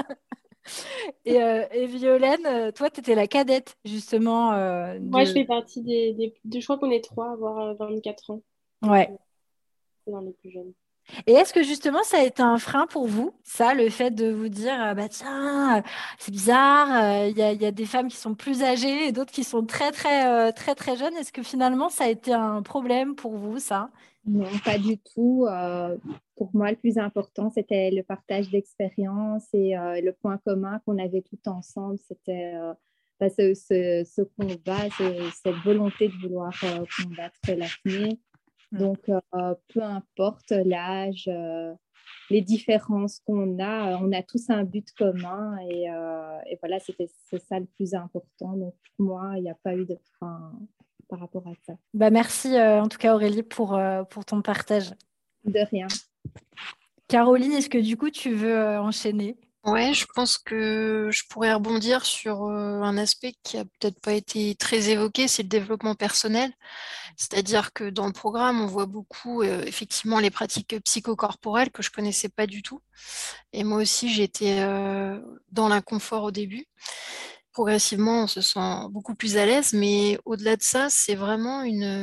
Et Violaine, toi, tu étais la cadette, justement. Moi je fais partie je crois qu'on est trois à avoir 24 ans. Donc, Ouais. c'est dans les plus jeunes. Et est-ce que justement, ça a été un frein pour vous, ça, le fait de vous dire, bah tiens, c'est bizarre, il y a des femmes qui sont plus âgées et d'autres qui sont très, très jeunes. Est-ce que finalement, ça a été un problème pour vous, ça? Non, pas du tout. Pour moi, le plus important, c'était le partage d'expériences et le point commun qu'on avait tout ensemble, c'était ce combat, cette volonté de vouloir combattre l'acné. Donc, peu importe l'âge, les différences qu'on a, on a tous un but commun et voilà, c'est ça le plus important. Donc, pour moi, il n'y a pas eu de frein par rapport à ça. Bah, merci en tout cas Aurélie pour ton partage. De rien. Caroline, est-ce que du coup tu veux enchaîner? Ouais, je pense que je pourrais rebondir sur un aspect qui a peut-être pas été très évoqué, c'est le développement personnel. C'est-à-dire que dans le programme, on voit beaucoup effectivement les pratiques psychocorporelles que je connaissais pas du tout. Et moi aussi, j'étais dans l'inconfort au début. Progressivement, on se sent beaucoup plus à l'aise, mais au-delà de ça, c'est vraiment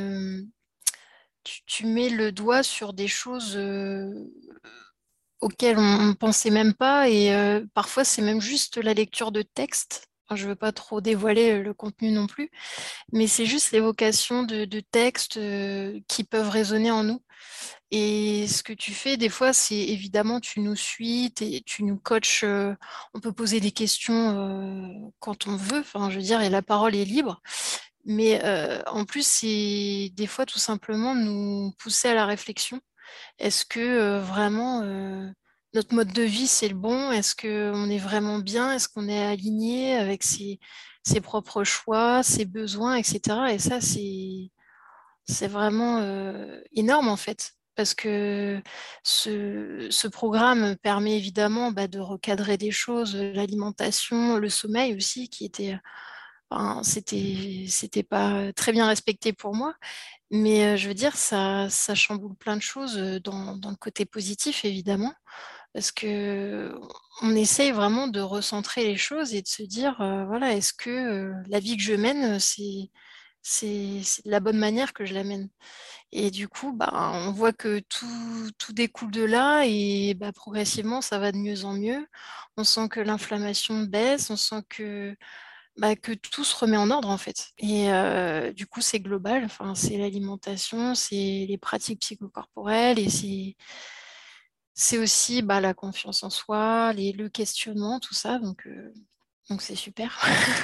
tu mets le doigt sur des choses auxquelles on ne pensait même pas et parfois c'est même juste la lecture de texte. Enfin, je ne veux pas trop dévoiler le contenu non plus, mais c'est juste l'évocation de textes qui peuvent résonner en nous. Et ce que tu fais, des fois, c'est évidemment, tu nous suis, tu nous coaches. On peut poser des questions quand on veut. Enfin, je veux dire, et la parole est libre. Mais en plus, c'est des fois tout simplement nous pousser à la réflexion. Est-ce que vraiment notre mode de vie, c'est le bon? Est-ce qu'on est vraiment bien? Est-ce qu'on est aligné avec ses propres choix, ses besoins, etc. Et ça, c'est vraiment énorme en fait. Parce que ce programme permet évidemment de recadrer des choses, l'alimentation, le sommeil aussi, qui était, enfin, c'était pas très bien respecté pour moi. Mais je veux dire, ça chamboule plein de choses dans le côté positif, évidemment, parce que on essaye vraiment de recentrer les choses et de se dire, voilà, est-ce que la vie que je mène, c'est de la bonne manière que je la mène. Et du coup, on voit que tout découle de là et progressivement, ça va de mieux en mieux. On sent que l'inflammation baisse, on sent que tout se remet en ordre en fait. Et du coup, c'est global. Enfin, c'est l'alimentation, c'est les pratiques psychocorporelles et c'est aussi la confiance en soi, le questionnement, tout ça. Donc c'est super.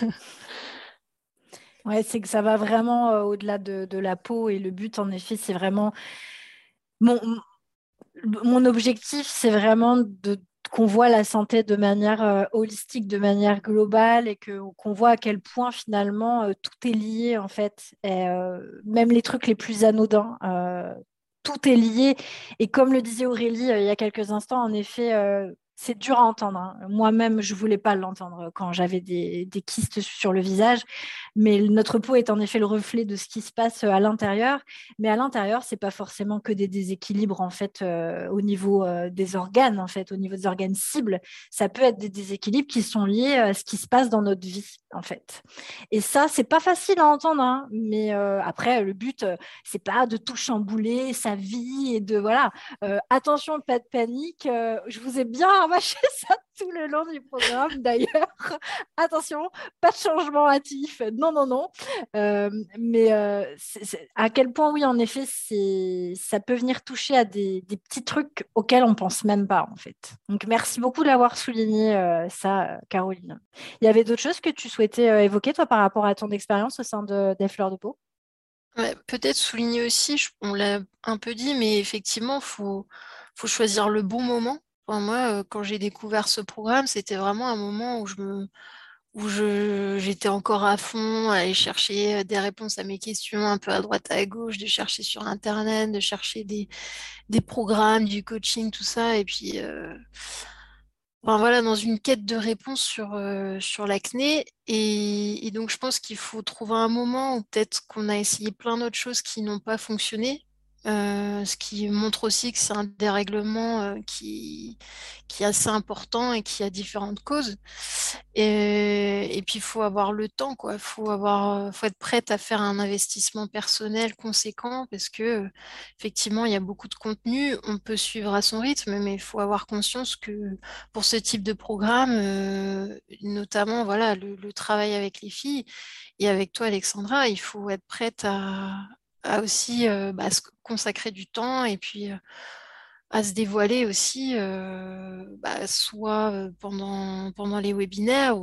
Ouais, c'est que ça va vraiment au-delà de la peau et le but, en effet, c'est vraiment mon, mon objectif, c'est vraiment qu'on voit la santé de manière holistique, de manière globale et qu'on voit à quel point finalement tout est lié en fait. Et, même les trucs les plus anodins, tout est lié. Et comme le disait Aurélie il y a quelques instants, en effet, c'est dur à entendre, hein. Moi-même, je voulais pas l'entendre quand j'avais des kystes sur le visage. Mais notre peau est en effet le reflet de ce qui se passe à l'intérieur. Mais à l'intérieur, c'est pas forcément que des déséquilibres en fait au niveau des organes, en fait, au niveau des organes cibles. Ça peut être des déséquilibres qui sont liés à ce qui se passe dans notre vie, en fait. Et ça, c'est pas facile à entendre, hein. Mais après, le but, c'est pas de tout chambouler, sa vie et de voilà. Attention, pas de panique. Je vous ai bien rabâché ça tout le long du programme, d'ailleurs. Attention, pas de changement hâtif. Non, non, non. Mais à quel point, oui, en effet, ça peut venir toucher à des petits trucs auxquels on pense même pas, en fait. Donc, merci beaucoup d'avoir souligné ça, Caroline. Il y avait d'autres choses que tu souhaitais évoquer, toi, par rapport à ton expérience au sein des fleurs de peau? Ouais, peut-être souligner aussi, on l'a un peu dit, mais effectivement, faut choisir le bon moment. Enfin, moi, quand j'ai découvert ce programme, c'était vraiment un moment j'étais encore à fond, à aller chercher des réponses à mes questions un peu à droite, à gauche, de chercher sur Internet, de chercher des programmes, du coaching, tout ça. Et puis, enfin, voilà, dans une quête de réponse sur l'acné. Et donc, je pense qu'il faut trouver un moment où peut-être qu'on a essayé plein d'autres choses qui n'ont pas fonctionné. Ce qui montre aussi que c'est un dérèglement qui est assez important et qui a différentes causes. Et puis, il faut avoir le temps, quoi. Faut être prête à faire un investissement personnel conséquent parce que, effectivement, il y a beaucoup de contenu. On peut suivre à son rythme, mais il faut avoir conscience que pour ce type de programme, notamment, voilà, le travail avec les filles et avec toi, Alexandra, il faut être prête à aussi se consacrer du temps et puis à se dévoiler aussi, soit pendant les webinaires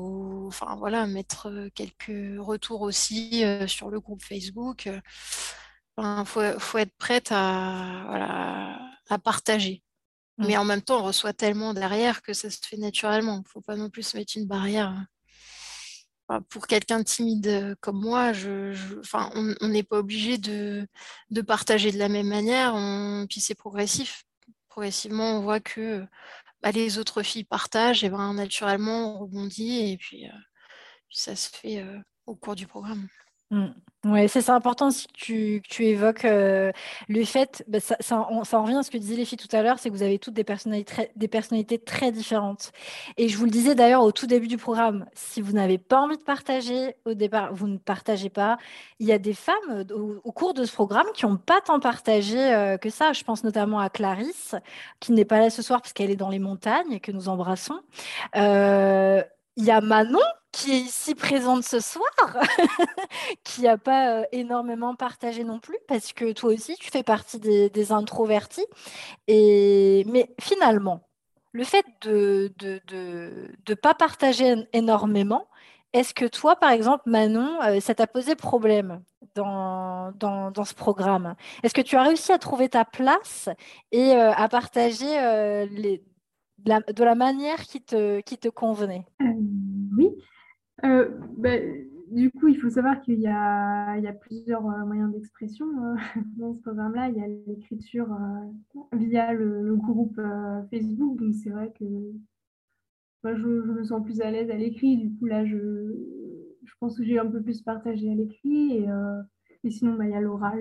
enfin voilà, mettre quelques retours aussi sur le groupe Facebook. Enfin, faut être prête voilà, à partager. Mm. Mais en même temps, on reçoit tellement derrière que ça se fait naturellement. Faut pas non plus se mettre une barrière. Enfin, pour quelqu'un de timide comme moi, enfin, on n'est pas obligé de partager de la même manière. Puis c'est progressif. Progressivement, on voit que bah, les autres filles partagent, et ben, naturellement, on rebondit, et puis ça se fait au cours du programme. Oui, c'est ça important aussi que tu évoques le fait, bah, ça en revient à ce que disaient les filles tout à l'heure, c'est que vous avez toutes des personnalités très différentes. Et je vous le disais d'ailleurs au tout début du programme, si vous n'avez pas envie de partager au départ, vous ne partagez pas. Il y a des femmes au cours de ce programme qui n'ont pas tant partagé que ça. Je pense notamment à Clarisse, qui n'est pas là ce soir parce qu'elle est dans les montagnes et que nous embrassons. Euh, il y a Manon qui est ici présente ce soir, qui n'a pas énormément partagé non plus, parce que toi aussi, tu fais partie des introvertis. Mais finalement, le fait de pas partager énormément, est-ce que toi, par exemple, Manon, ça t'a posé problème dans ce programme? Est-ce que tu as réussi à trouver ta place et à partager de la manière qui te convenait? Oui. Bah, du coup, il faut savoir qu'il y a plusieurs moyens d'expression dans ce programme-là. Il y a l'écriture via le groupe Facebook. Donc, c'est vrai que moi, je me sens plus à l'aise à l'écrit. Du coup, là, je pense que j'ai un peu plus partagé à l'écrit. Et sinon, bah, il y a l'oral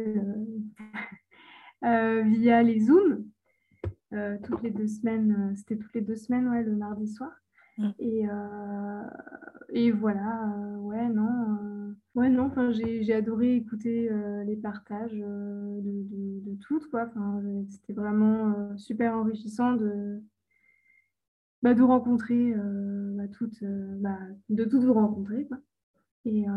via les Zooms. Toutes les 2 semaines, c'était toutes les 2 semaines, ouais, le mardi soir. Mm. Et voilà, ouais, non, enfin, j'ai adoré écouter les partages de toutes, quoi. Enfin, c'était vraiment super enrichissant de rencontrer de toutes vous rencontrer, quoi. Et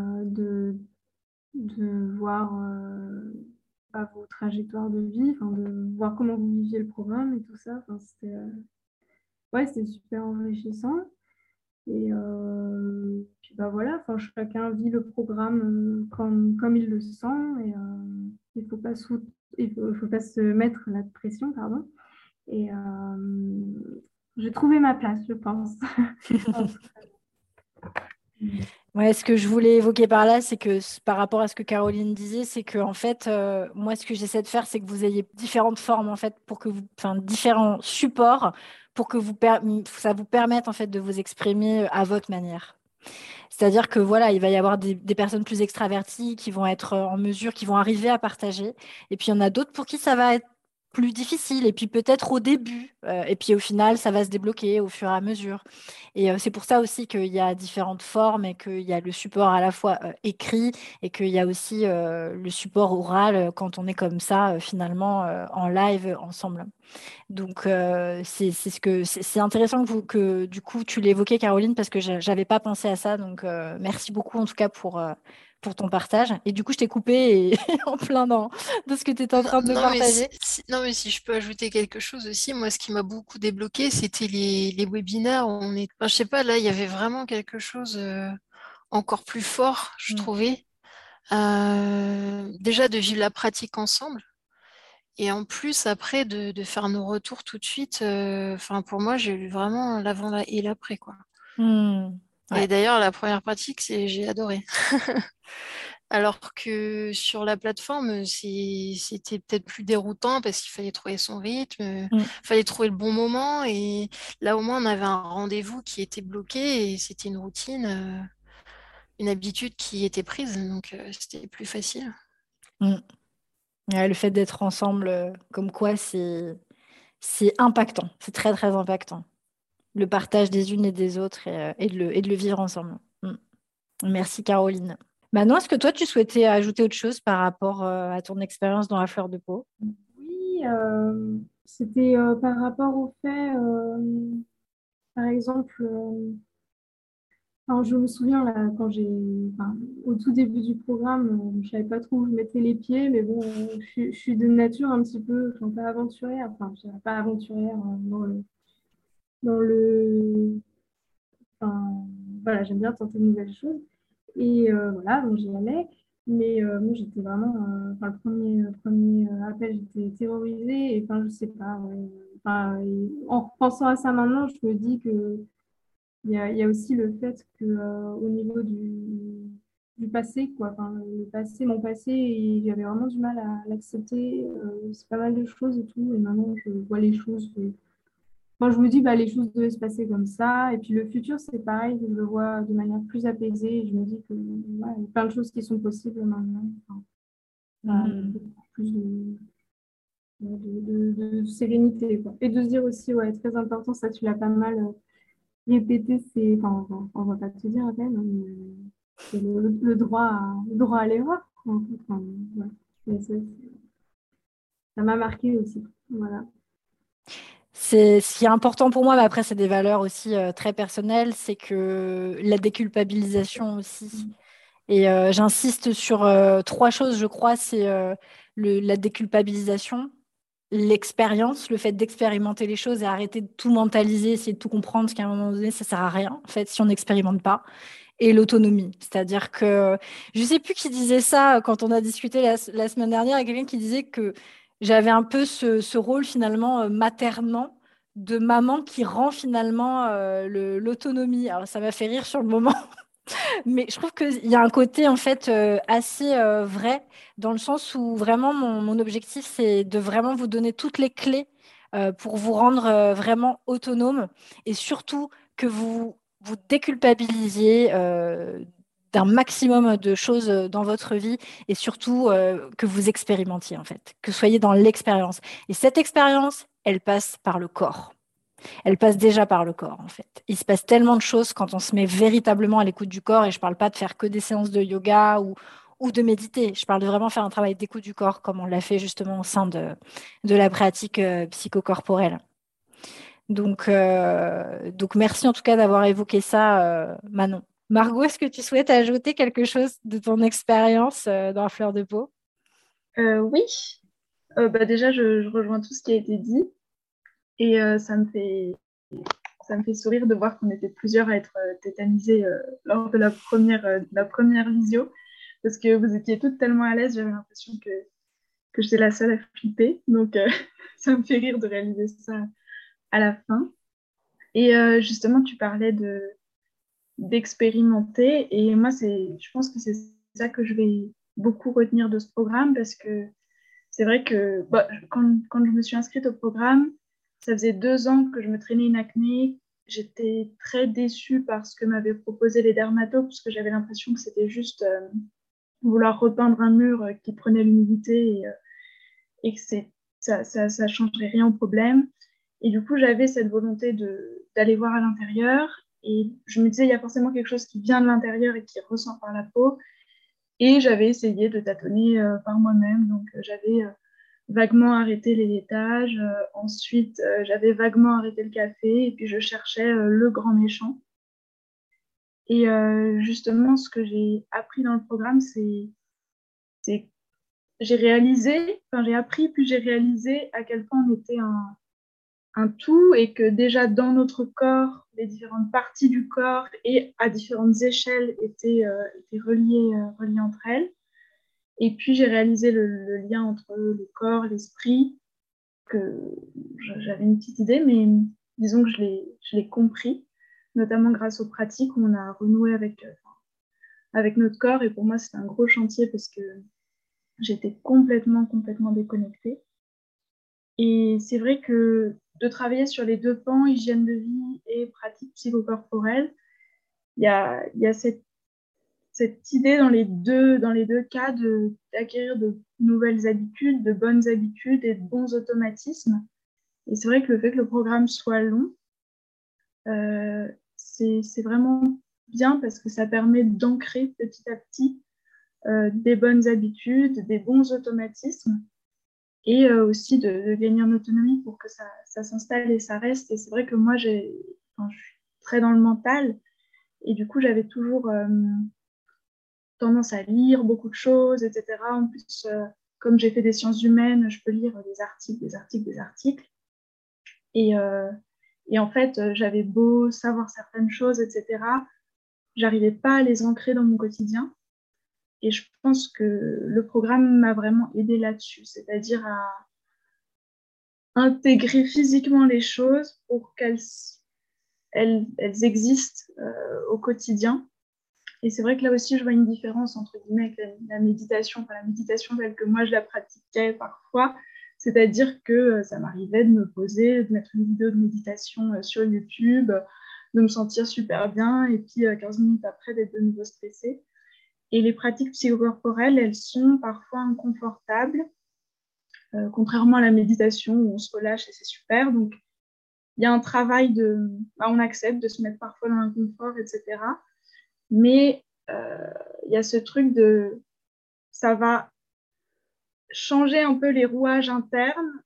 de voir vos trajectoires de vie, enfin, de voir comment vous viviez le programme et tout ça. Enfin, c'était super enrichissant. Et puis bah voilà, enfin, chacun vit le programme comme il le sent. Et il ne faut pas, faut pas se mettre la pression, pardon. Et j'ai trouvé ma place, je pense. Ouais, ce que je voulais évoquer par là, c'est que par rapport à ce que Caroline disait, c'est que en fait, moi, ce que j'essaie de faire, c'est que vous ayez différentes formes en fait, enfin, différents supports pour que ça vous permette en fait de vous exprimer à votre manière. C'est-à-dire que voilà, il va y avoir des personnes plus extraverties qui vont être en mesure, qui vont arriver à partager, et puis il y en a d'autres pour qui ça va être plus difficile, et puis peut-être au début, et puis au final, ça va se débloquer au fur et à mesure. Et c'est pour ça aussi qu'il y a différentes formes et qu'il y a le support à la fois écrit et qu'il y a aussi le support oral quand on est comme ça finalement en live ensemble. Donc c'est intéressant que du coup tu l'évoquais Caroline parce que j'avais pas pensé à ça. Donc merci beaucoup en tout cas pour ton partage. Et du coup je t'ai coupé et en plein de ce que tu étais en Non, train de non, mais partager. non, mais si je peux ajouter quelque chose aussi, moi, ce qui m'a beaucoup débloqué, c'était les webinaires où enfin, je sais pas, là, il y avait vraiment quelque chose encore plus fort, je Mm. trouvais. Déjà de vivre la pratique ensemble. Et en plus, après, de faire nos retours tout de suite. Enfin, pour moi, j'ai eu vraiment l'avant et l'après, quoi. Mm. Et Ouais. d'ailleurs, la première pratique, j'ai adoré. Alors que sur la plateforme, c'était peut-être plus déroutant parce qu'il fallait trouver son rythme, il Mm. fallait trouver le bon moment. Et là, au moins, on avait un rendez-vous qui était bloqué et c'était une routine, une habitude qui était prise. Donc, c'était plus facile. Mm. Ouais, le fait d'être ensemble, comme quoi, c'est impactant. C'est très, très impactant. Le partage des unes et des autres et de le vivre ensemble. Mm. Merci, Caroline. Maintenant, est-ce que toi, tu souhaitais ajouter autre chose par rapport à ton expérience dans la fleur de peau? Oui, c'était par rapport au fait, par exemple, alors je me souviens là, enfin, au tout début du programme, je ne savais pas trop où je mettais les pieds, mais bon, je suis de nature un petit peu, enfin, pas aventurière, enfin, je dirais pas aventurière dans le, enfin, voilà, j'aime bien tenter de nouvelles choses. Et voilà, donc j'y allais. Mais moi, j'étais vraiment, enfin, le premier appel, j'étais terrorisée. Et enfin, je sais pas. Enfin, en repensant à ça maintenant, je me dis que il y a aussi le fait que au niveau du passé, quoi, enfin, le passé, mon passé, et j'avais vraiment du mal à l'accepter. C'est pas mal de choses et tout. Et maintenant, je vois les choses. Enfin, je me dis, bah, les choses devaient se passer comme ça. Et puis le futur, c'est pareil, je le vois de manière plus apaisée. Et je me dis que ouais, il y a plein de choses qui sont possibles maintenant. Enfin, bah, avec beaucoup plus de sérénité, quoi. Et de se dire aussi, ouais, très important, ça tu l'as pas mal répété, c'est, enfin, on va pas te dire à peine, hein, mais c'est le droit à l'erreur, quoi, en fait. Enfin, ouais. Mais ça m'a marqué aussi. Voilà. C'est ce qui est important pour moi, mais après, c'est des valeurs aussi très personnelles, c'est que la déculpabilisation aussi. Et j'insiste sur trois choses, je crois, c'est la déculpabilisation, l'expérience, le fait d'expérimenter les choses et arrêter de tout mentaliser, essayer de tout comprendre, parce qu'à un moment donné, ça sert à rien, en fait, si on n'expérimente pas. Et l'autonomie, c'est-à-dire que je sais plus qui disait ça quand on a discuté la semaine dernière, il y a quelqu'un qui disait que j'avais un peu ce rôle finalement maternant de maman qui rend finalement l'autonomie. Alors ça m'a fait rire sur le moment, mais je trouve qu'il y a un côté en fait assez vrai dans le sens où vraiment mon objectif c'est de vraiment vous donner toutes les clés pour vous rendre vraiment autonome et surtout que vous déculpabilisiez d'un maximum de choses dans votre vie et surtout que vous expérimentiez en fait, que vous soyez dans l'expérience. Et cette expérience, elle passe par le corps. Elle passe déjà par le corps, en fait. Il se passe tellement de choses quand on se met véritablement à l'écoute du corps, et je ne parle pas de faire que des séances de yoga ou de méditer. Je parle de vraiment faire un travail d'écoute du corps, comme on l'a fait justement au sein de la pratique psychocorporelle. Donc, merci en tout cas d'avoir évoqué ça, Manon. Margot, est-ce que tu souhaites ajouter quelque chose de ton expérience dans la fleur de peau? Oui, bah déjà, je rejoins tout ce qui a été dit et ça me fait sourire de voir qu'on était plusieurs à être tétanisés lors de la première visio parce que vous étiez toutes tellement à l'aise, j'avais l'impression que j'étais la seule à flipper. Donc, ça me fait rire de réaliser ça à la fin. Et justement, tu parlais d'expérimenter et moi, je pense que c'est ça que je vais beaucoup retenir de ce programme parce que c'est vrai que bah, quand je me suis inscrite au programme, ça faisait 2 ans que je me traînais une acné. J'étais très déçue par ce que m'avaient proposé les dermatos parce que j'avais l'impression que c'était juste vouloir repeindre un mur qui prenait l'humidité et que ça changerait rien au problème. Et du coup, j'avais cette volonté d'aller voir à l'intérieur. Et je me disais, il y a forcément quelque chose qui vient de l'intérieur et qui ressort par la peau. Et j'avais essayé de tâtonner par moi-même. Donc, j'avais vaguement arrêté les laitages. Ensuite, j'avais vaguement arrêté le café. Et puis, je cherchais le grand méchant. Et justement, ce que j'ai appris dans le programme, c'est j'ai réalisé, enfin, j'ai appris, puis j'ai réalisé à quel point on était un tout et que déjà dans notre corps, les différentes parties du corps et à différentes échelles étaient reliées entre elles. Et puis j'ai réalisé le lien entre le corps, l'esprit, que j'avais une petite idée, mais disons que je l'ai compris, notamment grâce aux pratiques où on a renoué avec notre corps. Et pour moi, c'était un gros chantier parce que j'étais complètement déconnectée. Et c'est vrai que de travailler sur les deux pans, hygiène de vie et pratique psychocorporelle, il y a cette idée dans les deux cas d'acquérir de nouvelles habitudes, de bonnes habitudes et de bons automatismes. Et c'est vrai que le fait que le programme soit long, c'est vraiment bien parce que ça permet d'ancrer petit à petit des bonnes habitudes, des bons automatismes et aussi de gagner en autonomie pour que ça s'installe et ça reste. Et c'est vrai que moi, je suis très dans le mental et du coup, j'avais toujours tendance à lire beaucoup de choses, etc. En plus, comme j'ai fait des sciences humaines, je peux lire des articles, des articles, des articles. Et en fait, j'avais beau savoir certaines choses, etc. j'arrivais pas à les ancrer dans mon quotidien. Et je pense que le programme m'a vraiment aidée là-dessus, c'est-à-dire à intégrer physiquement les choses pour qu'elles existent au quotidien. Et c'est vrai que là aussi, je vois une différence entre guillemets avec la méditation, enfin la méditation telle que moi je la pratiquais parfois, c'est-à-dire que ça m'arrivait de me poser, de mettre une vidéo de méditation sur YouTube, de me sentir super bien, et puis 15 minutes après d'être de nouveau stressée. Et les pratiques psychocorporelles, elles sont parfois inconfortables, contrairement à la méditation où on se relâche et c'est super. Donc, il y a un travail on accepte de se mettre parfois dans l'inconfort, etc. Mais il y a ce truc ça va changer un peu les rouages internes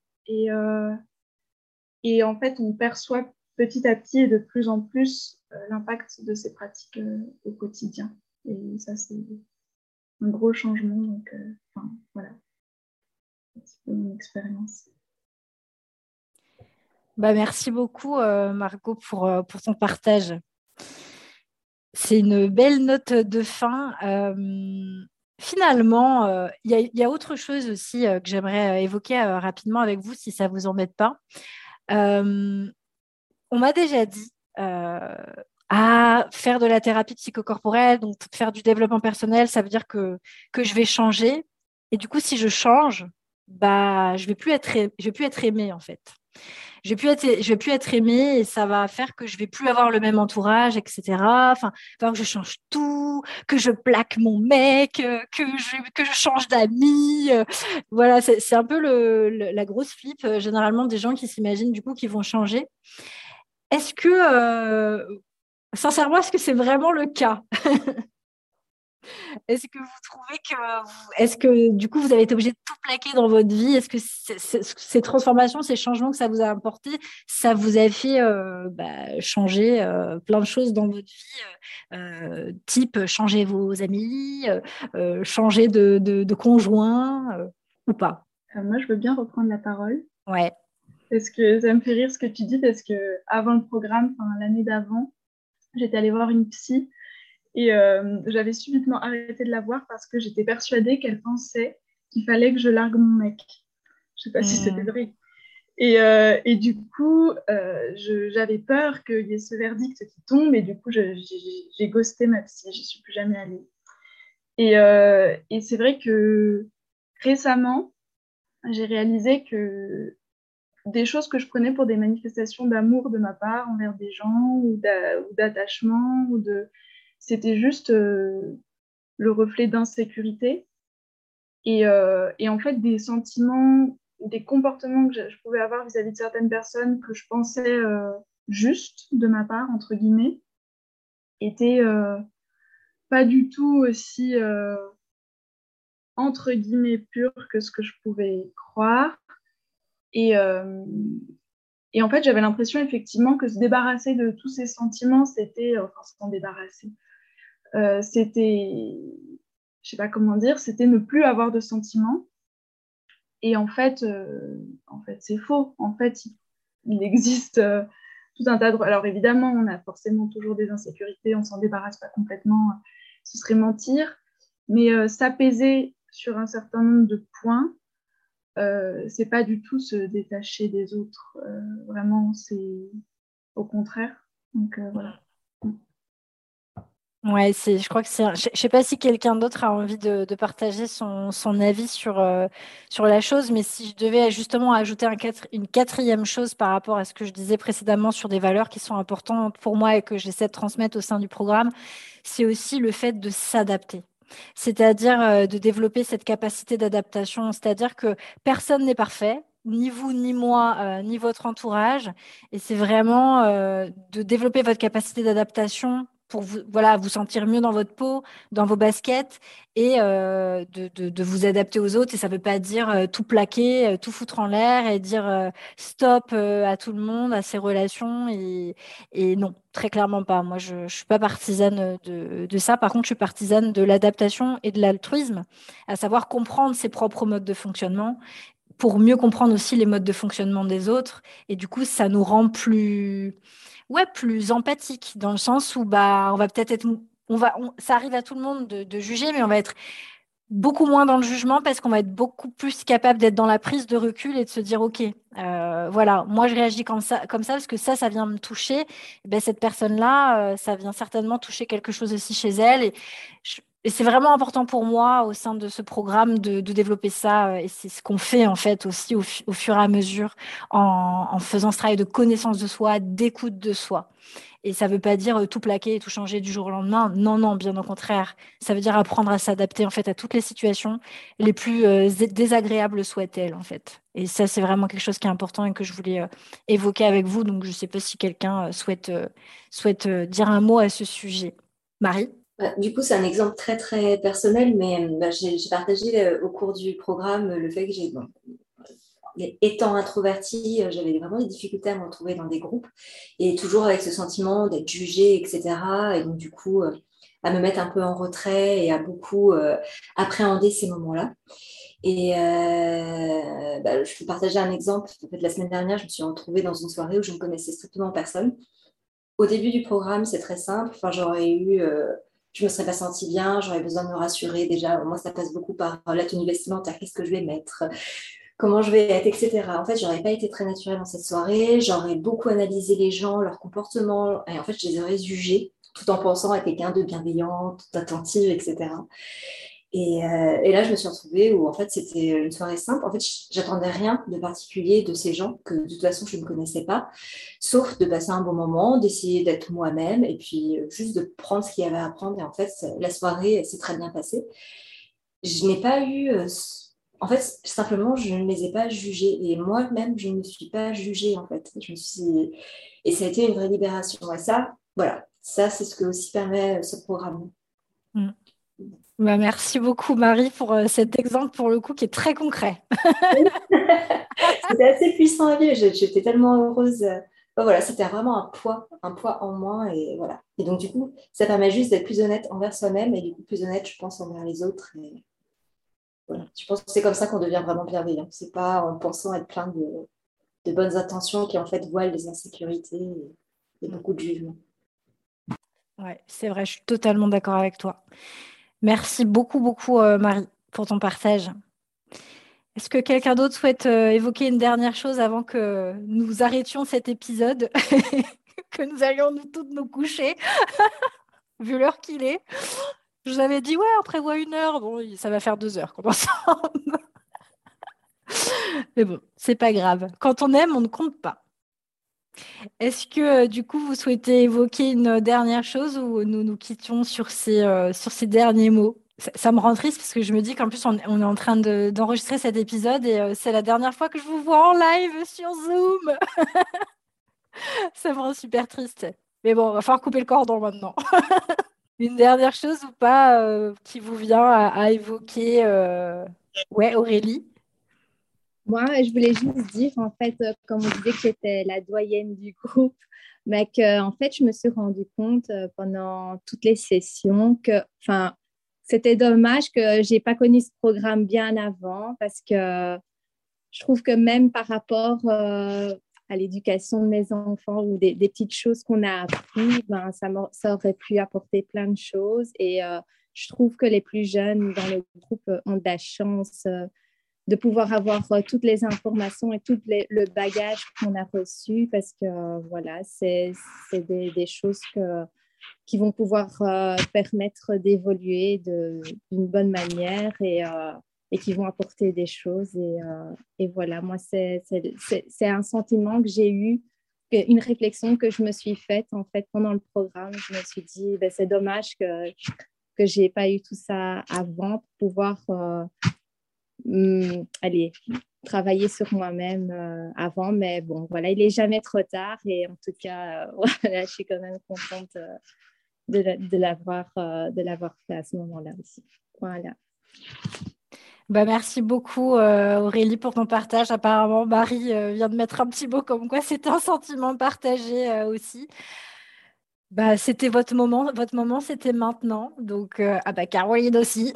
et en fait, on perçoit petit à petit et de plus en plus l'impact de ces pratiques au quotidien. Et ça, c'est un gros changement. Donc, voilà, c'est mon expérience. Merci beaucoup, Margot, pour ton partage. C'est une belle note de fin. Finalement, il y a autre chose aussi que j'aimerais évoquer rapidement avec vous, si ça ne vous embête pas. On m'a déjà dit faire de la thérapie psychocorporelle, donc faire du développement personnel, ça veut dire que je vais changer. Et du coup, si je change, je vais plus être aimée, en fait. Je vais plus être aimée et ça va faire que je vais plus avoir le même entourage, etc. Enfin, il va falloir que je change tout, que je plaque mon mec, que je change d'amis. Voilà, c'est un peu la grosse flip généralement des gens qui s'imaginent du coup qu'ils vont changer. Est-ce que, sincèrement, est-ce que c'est vraiment le cas? Est-ce que vous trouvez est-ce que du coup vous avez été obligé de tout plaquer dans votre vie? Est-ce que ces transformations, ces changements que ça vous a apporté, ça vous a fait changer plein de choses dans votre vie, type changer vos amis, changer de conjoint ou pas? Moi, je veux bien reprendre la parole. Ouais. Parce que ça me fait rire ce que tu dis, parce que avant le programme, l'année d'avant, j'étais allée voir une psy. Et j'avais subitement arrêté de la voir parce que j'étais persuadée qu'elle pensait qu'il fallait que je largue mon mec. Je ne sais pas si c'était vrai. Et du coup, j'avais peur qu'il y ait ce verdict qui tombe. Et du coup, j'ai ghosté ma psy. Je n'y suis plus jamais allée. Et c'est vrai que récemment, j'ai réalisé que des choses que je prenais pour des manifestations d'amour de ma part envers des gens ou d'attachement c'était juste le reflet d'insécurité et en fait des sentiments, des comportements que je pouvais avoir vis-à-vis de certaines personnes que je pensais justes de ma part, entre guillemets, étaient pas du tout aussi entre guillemets purs que ce que je pouvais croire. Et en fait, j'avais l'impression effectivement que se débarrasser de tous ces sentiments, c'était, s'en débarrasser, c'était, je sais pas comment dire, c'était ne plus avoir de sentiments. Et en fait, c'est faux. En fait, il existe tout un tas de... Alors évidemment, on a forcément toujours des insécurités, on s'en débarrasse pas complètement, ce serait mentir. Mais s'apaiser sur un certain nombre de points, c'est pas du tout se détacher des autres. Vraiment, c'est au contraire. Donc voilà. Ouais, je crois que je sais pas si quelqu'un d'autre a envie de partager son avis sur la chose, mais si je devais justement ajouter une quatrième chose par rapport à ce que je disais précédemment sur des valeurs qui sont importantes pour moi et que j'essaie de transmettre au sein du programme, c'est aussi le fait de s'adapter. C'est-à-dire de développer cette capacité d'adaptation. C'est-à-dire que personne n'est parfait, ni vous, ni moi, ni votre entourage. Et c'est vraiment de développer votre capacité d'adaptation pour vous sentir mieux dans votre peau, dans vos baskets et de vous adapter aux autres. Et ça ne veut pas dire tout plaquer, tout foutre en l'air et dire stop à tout le monde, à ses relations. Et non, très clairement pas. Moi, je ne suis pas partisane de ça. Par contre, je suis partisane de l'adaptation et de l'altruisme, à savoir comprendre ses propres modes de fonctionnement pour mieux comprendre aussi les modes de fonctionnement des autres. Et du coup, ça nous rend plus empathiques, dans le sens où on va peut-être être ça arrive à tout le monde de juger, mais on va être beaucoup moins dans le jugement parce qu'on va être beaucoup plus capable d'être dans la prise de recul et de se dire, OK, voilà, moi je réagis comme ça parce que ça vient me toucher. Et ben, cette personne-là, ça vient certainement toucher quelque chose aussi chez elle. Et c'est vraiment important pour moi au sein de ce programme de développer ça. Et c'est ce qu'on fait en fait aussi au fur et à mesure en faisant ce travail de connaissance de soi, d'écoute de soi. Et ça ne veut pas dire tout plaquer et tout changer du jour au lendemain. Non, non, bien au contraire. Ça veut dire apprendre à s'adapter en fait à toutes les situations les plus désagréables soient-elles en fait. Et ça, c'est vraiment quelque chose qui est important et que je voulais évoquer avec vous. Donc, je ne sais pas si quelqu'un souhaite dire un mot à ce sujet. Marie? Du coup, c'est un exemple très, très personnel, mais j'ai partagé au cours du programme le fait que étant introvertie, j'avais vraiment des difficultés à me retrouver dans des groupes et toujours avec ce sentiment d'être jugée, etc. Et donc, du coup, à me mettre un peu en retrait et à beaucoup appréhender ces moments-là. Et je peux partager un exemple. En fait, la semaine dernière, je me suis retrouvée dans une soirée où je ne connaissais strictement personne. Au début du programme, c'est très simple. Enfin, je me serais pas sentie bien, j'aurais besoin de me rassurer. Déjà, moi, ça passe beaucoup par la tenue vestimentaire, qu'est-ce que je vais mettre, comment je vais être, etc. En fait, j'aurais pas été très naturelle dans cette soirée. J'aurais beaucoup analysé les gens, leur comportement, et en fait, je les aurais jugés, tout en pensant à quelqu'un de bienveillant, d'attentive, etc. Et là, je me suis retrouvée où en fait, c'était une soirée simple. En fait, j'attendais rien de particulier de ces gens que de toute façon, je ne connaissais pas, sauf de passer un bon moment, d'essayer d'être moi-même et puis juste de prendre ce qu'il y avait à prendre. Et en fait, la soirée s'est très bien passée. Je n'ai pas eu... en fait, simplement, je ne les ai pas jugés. Et moi-même, je ne me suis pas jugée, en fait. Et ça a été une vraie libération. Et ça, voilà, ça, c'est ce que aussi permet ce programme. Mm. Bah, merci beaucoup, Marie, pour cet exemple, pour le coup, qui est très concret. C'était assez puissant à vivre. J'étais tellement heureuse. Voilà, c'était vraiment un poids en moins. Et voilà. Et donc, du coup, ça permet juste d'être plus honnête envers soi-même et du coup, plus honnête, je pense, envers les autres. Et voilà. Je pense que c'est comme ça qu'on devient vraiment bienveillant. C'est pas en pensant être plein de bonnes intentions qui, en fait, voilent les insécurités et beaucoup de jugements. Ouais, c'est vrai, je suis totalement d'accord avec toi. Merci beaucoup, beaucoup, Marie, pour ton partage. Est-ce que quelqu'un d'autre souhaite évoquer une dernière chose avant que nous arrêtions cet épisode, que nous allions toutes nous coucher, vu l'heure qu'il est? Je vous avais dit, ouais, on prévoit 1 heure. Bon, ça va faire 2 heures qu'on est ensemble. Mais bon, c'est pas grave. Quand on aime, on ne compte pas. Est-ce que du coup, vous souhaitez évoquer une dernière chose ou nous nous quittions sur ces derniers mots? Ça me rend triste parce que je me dis qu'en plus, on est en train d'enregistrer cet épisode et c'est la dernière fois que je vous vois en live sur Zoom. Ça me rend super triste. Mais bon, il va falloir couper le cordon maintenant. Une dernière chose ou pas qui vous vient à évoquer Ouais, Aurélie? Moi, je voulais juste dire, en fait, comme on disait que j'étais la doyenne du groupe, mais que, en fait, je me suis rendu compte pendant toutes les sessions que, enfin, c'était dommage que j'ai pas connu ce programme bien avant parce que je trouve que même par rapport à l'éducation de mes enfants ou des petites choses qu'on a appris, ben, ça aurait pu apporter plein de choses. Et je trouve que les plus jeunes dans le groupe ont de la chance de pouvoir avoir toutes les informations et tout le bagage qu'on a reçu parce que voilà, c'est des choses qui vont pouvoir permettre d'évoluer d'une bonne manière et qui vont apporter des choses. Et voilà, moi, c'est un sentiment que j'ai eu, une réflexion que je me suis faite en fait pendant le programme. Je me suis dit, ben, c'est dommage que je n'ai pas eu tout ça avant pour pouvoir aller travailler sur moi-même avant. Mais bon, voilà, il n'est jamais trop tard. Et en tout cas, voilà, je suis quand même contente de l'avoir fait à ce moment-là aussi. Voilà. Bah, merci beaucoup Aurélie pour ton partage. Apparemment, Marie vient de mettre un petit mot comme quoi c'était un sentiment partagé aussi. Bah, c'était votre moment c'était maintenant. Donc, bah, Caroline aussi.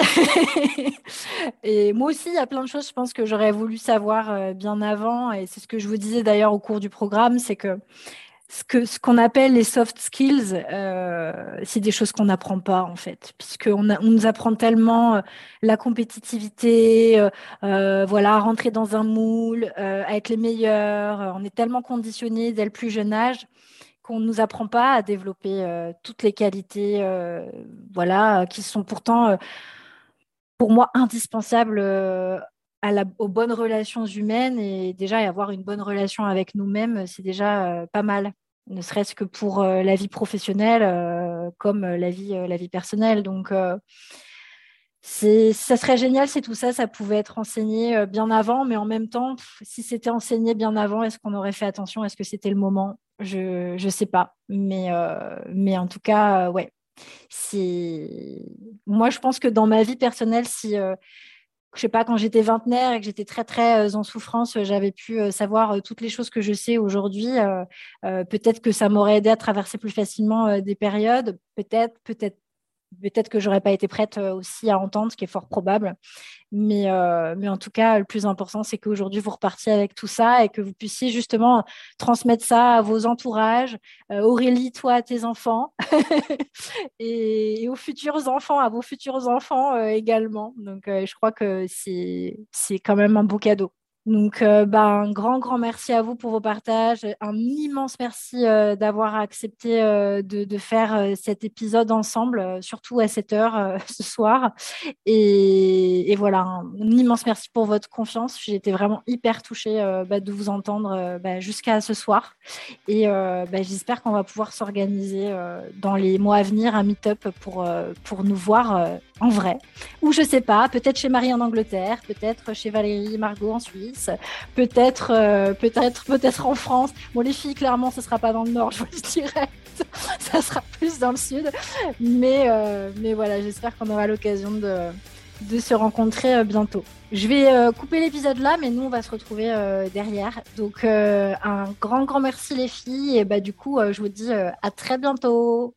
Et moi aussi, il y a plein de choses, je pense, que j'aurais voulu savoir bien avant. Et c'est ce que je vous disais d'ailleurs au cours du programme, c'est que ce qu'on appelle les soft skills, c'est des choses qu'on n'apprend pas en fait, puisqu'on on nous apprend tellement la compétitivité, voilà, à rentrer dans un moule, à être les meilleurs. On est tellement conditionnés dès le plus jeune âge qu'on ne nous apprend pas à développer toutes les qualités, voilà, qui sont pourtant pour moi indispensables aux bonnes relations humaines et déjà avoir une bonne relation avec nous-mêmes, c'est déjà pas mal, ne serait-ce que pour la vie professionnelle comme la vie personnelle. Donc, ça serait génial si tout ça, ça pouvait être enseigné bien avant, mais en même temps, si c'était enseigné bien avant, est-ce qu'on aurait fait attention? Est-ce que c'était le moment? Je sais pas. Mais en tout cas, ouais. Moi, je pense que dans ma vie personnelle, si je sais pas, quand j'étais vingtenaire et que j'étais très, très en souffrance, j'avais pu savoir toutes les choses que je sais aujourd'hui. Peut-être que ça m'aurait aidé à traverser plus facilement des périodes. Peut-être que j'aurais pas été prête aussi à entendre, ce qui est fort probable. Mais en tout cas, le plus important, c'est qu'aujourd'hui, vous repartiez avec tout ça et que vous puissiez justement transmettre ça à vos entourages. Aurélie, toi, à tes enfants et aux futurs enfants, à vos futurs enfants également. Donc, je crois que c'est quand même un beau cadeau. Donc, un grand, grand merci à vous pour vos partages. Un immense merci d'avoir accepté de faire cet épisode ensemble, surtout à cette heure ce soir. Et voilà, un immense merci pour votre confiance. J'ai été vraiment hyper touchée de vous entendre jusqu'à ce soir. Et j'espère qu'on va pouvoir s'organiser dans les mois à venir un meet-up pour nous voir en vrai. Ou je sais pas, peut-être chez Marie en Angleterre, peut-être chez Valérie et Margot en Suisse, peut-être en France. Bon, les filles, clairement, ce sera pas dans le Nord, je vous le dirais. Ça sera plus dans le Sud. Mais voilà, j'espère qu'on aura l'occasion de se rencontrer bientôt. Je vais couper l'épisode là, mais nous, on va se retrouver derrière. Donc, un grand, grand merci les filles. Et du coup, je vous dis à très bientôt.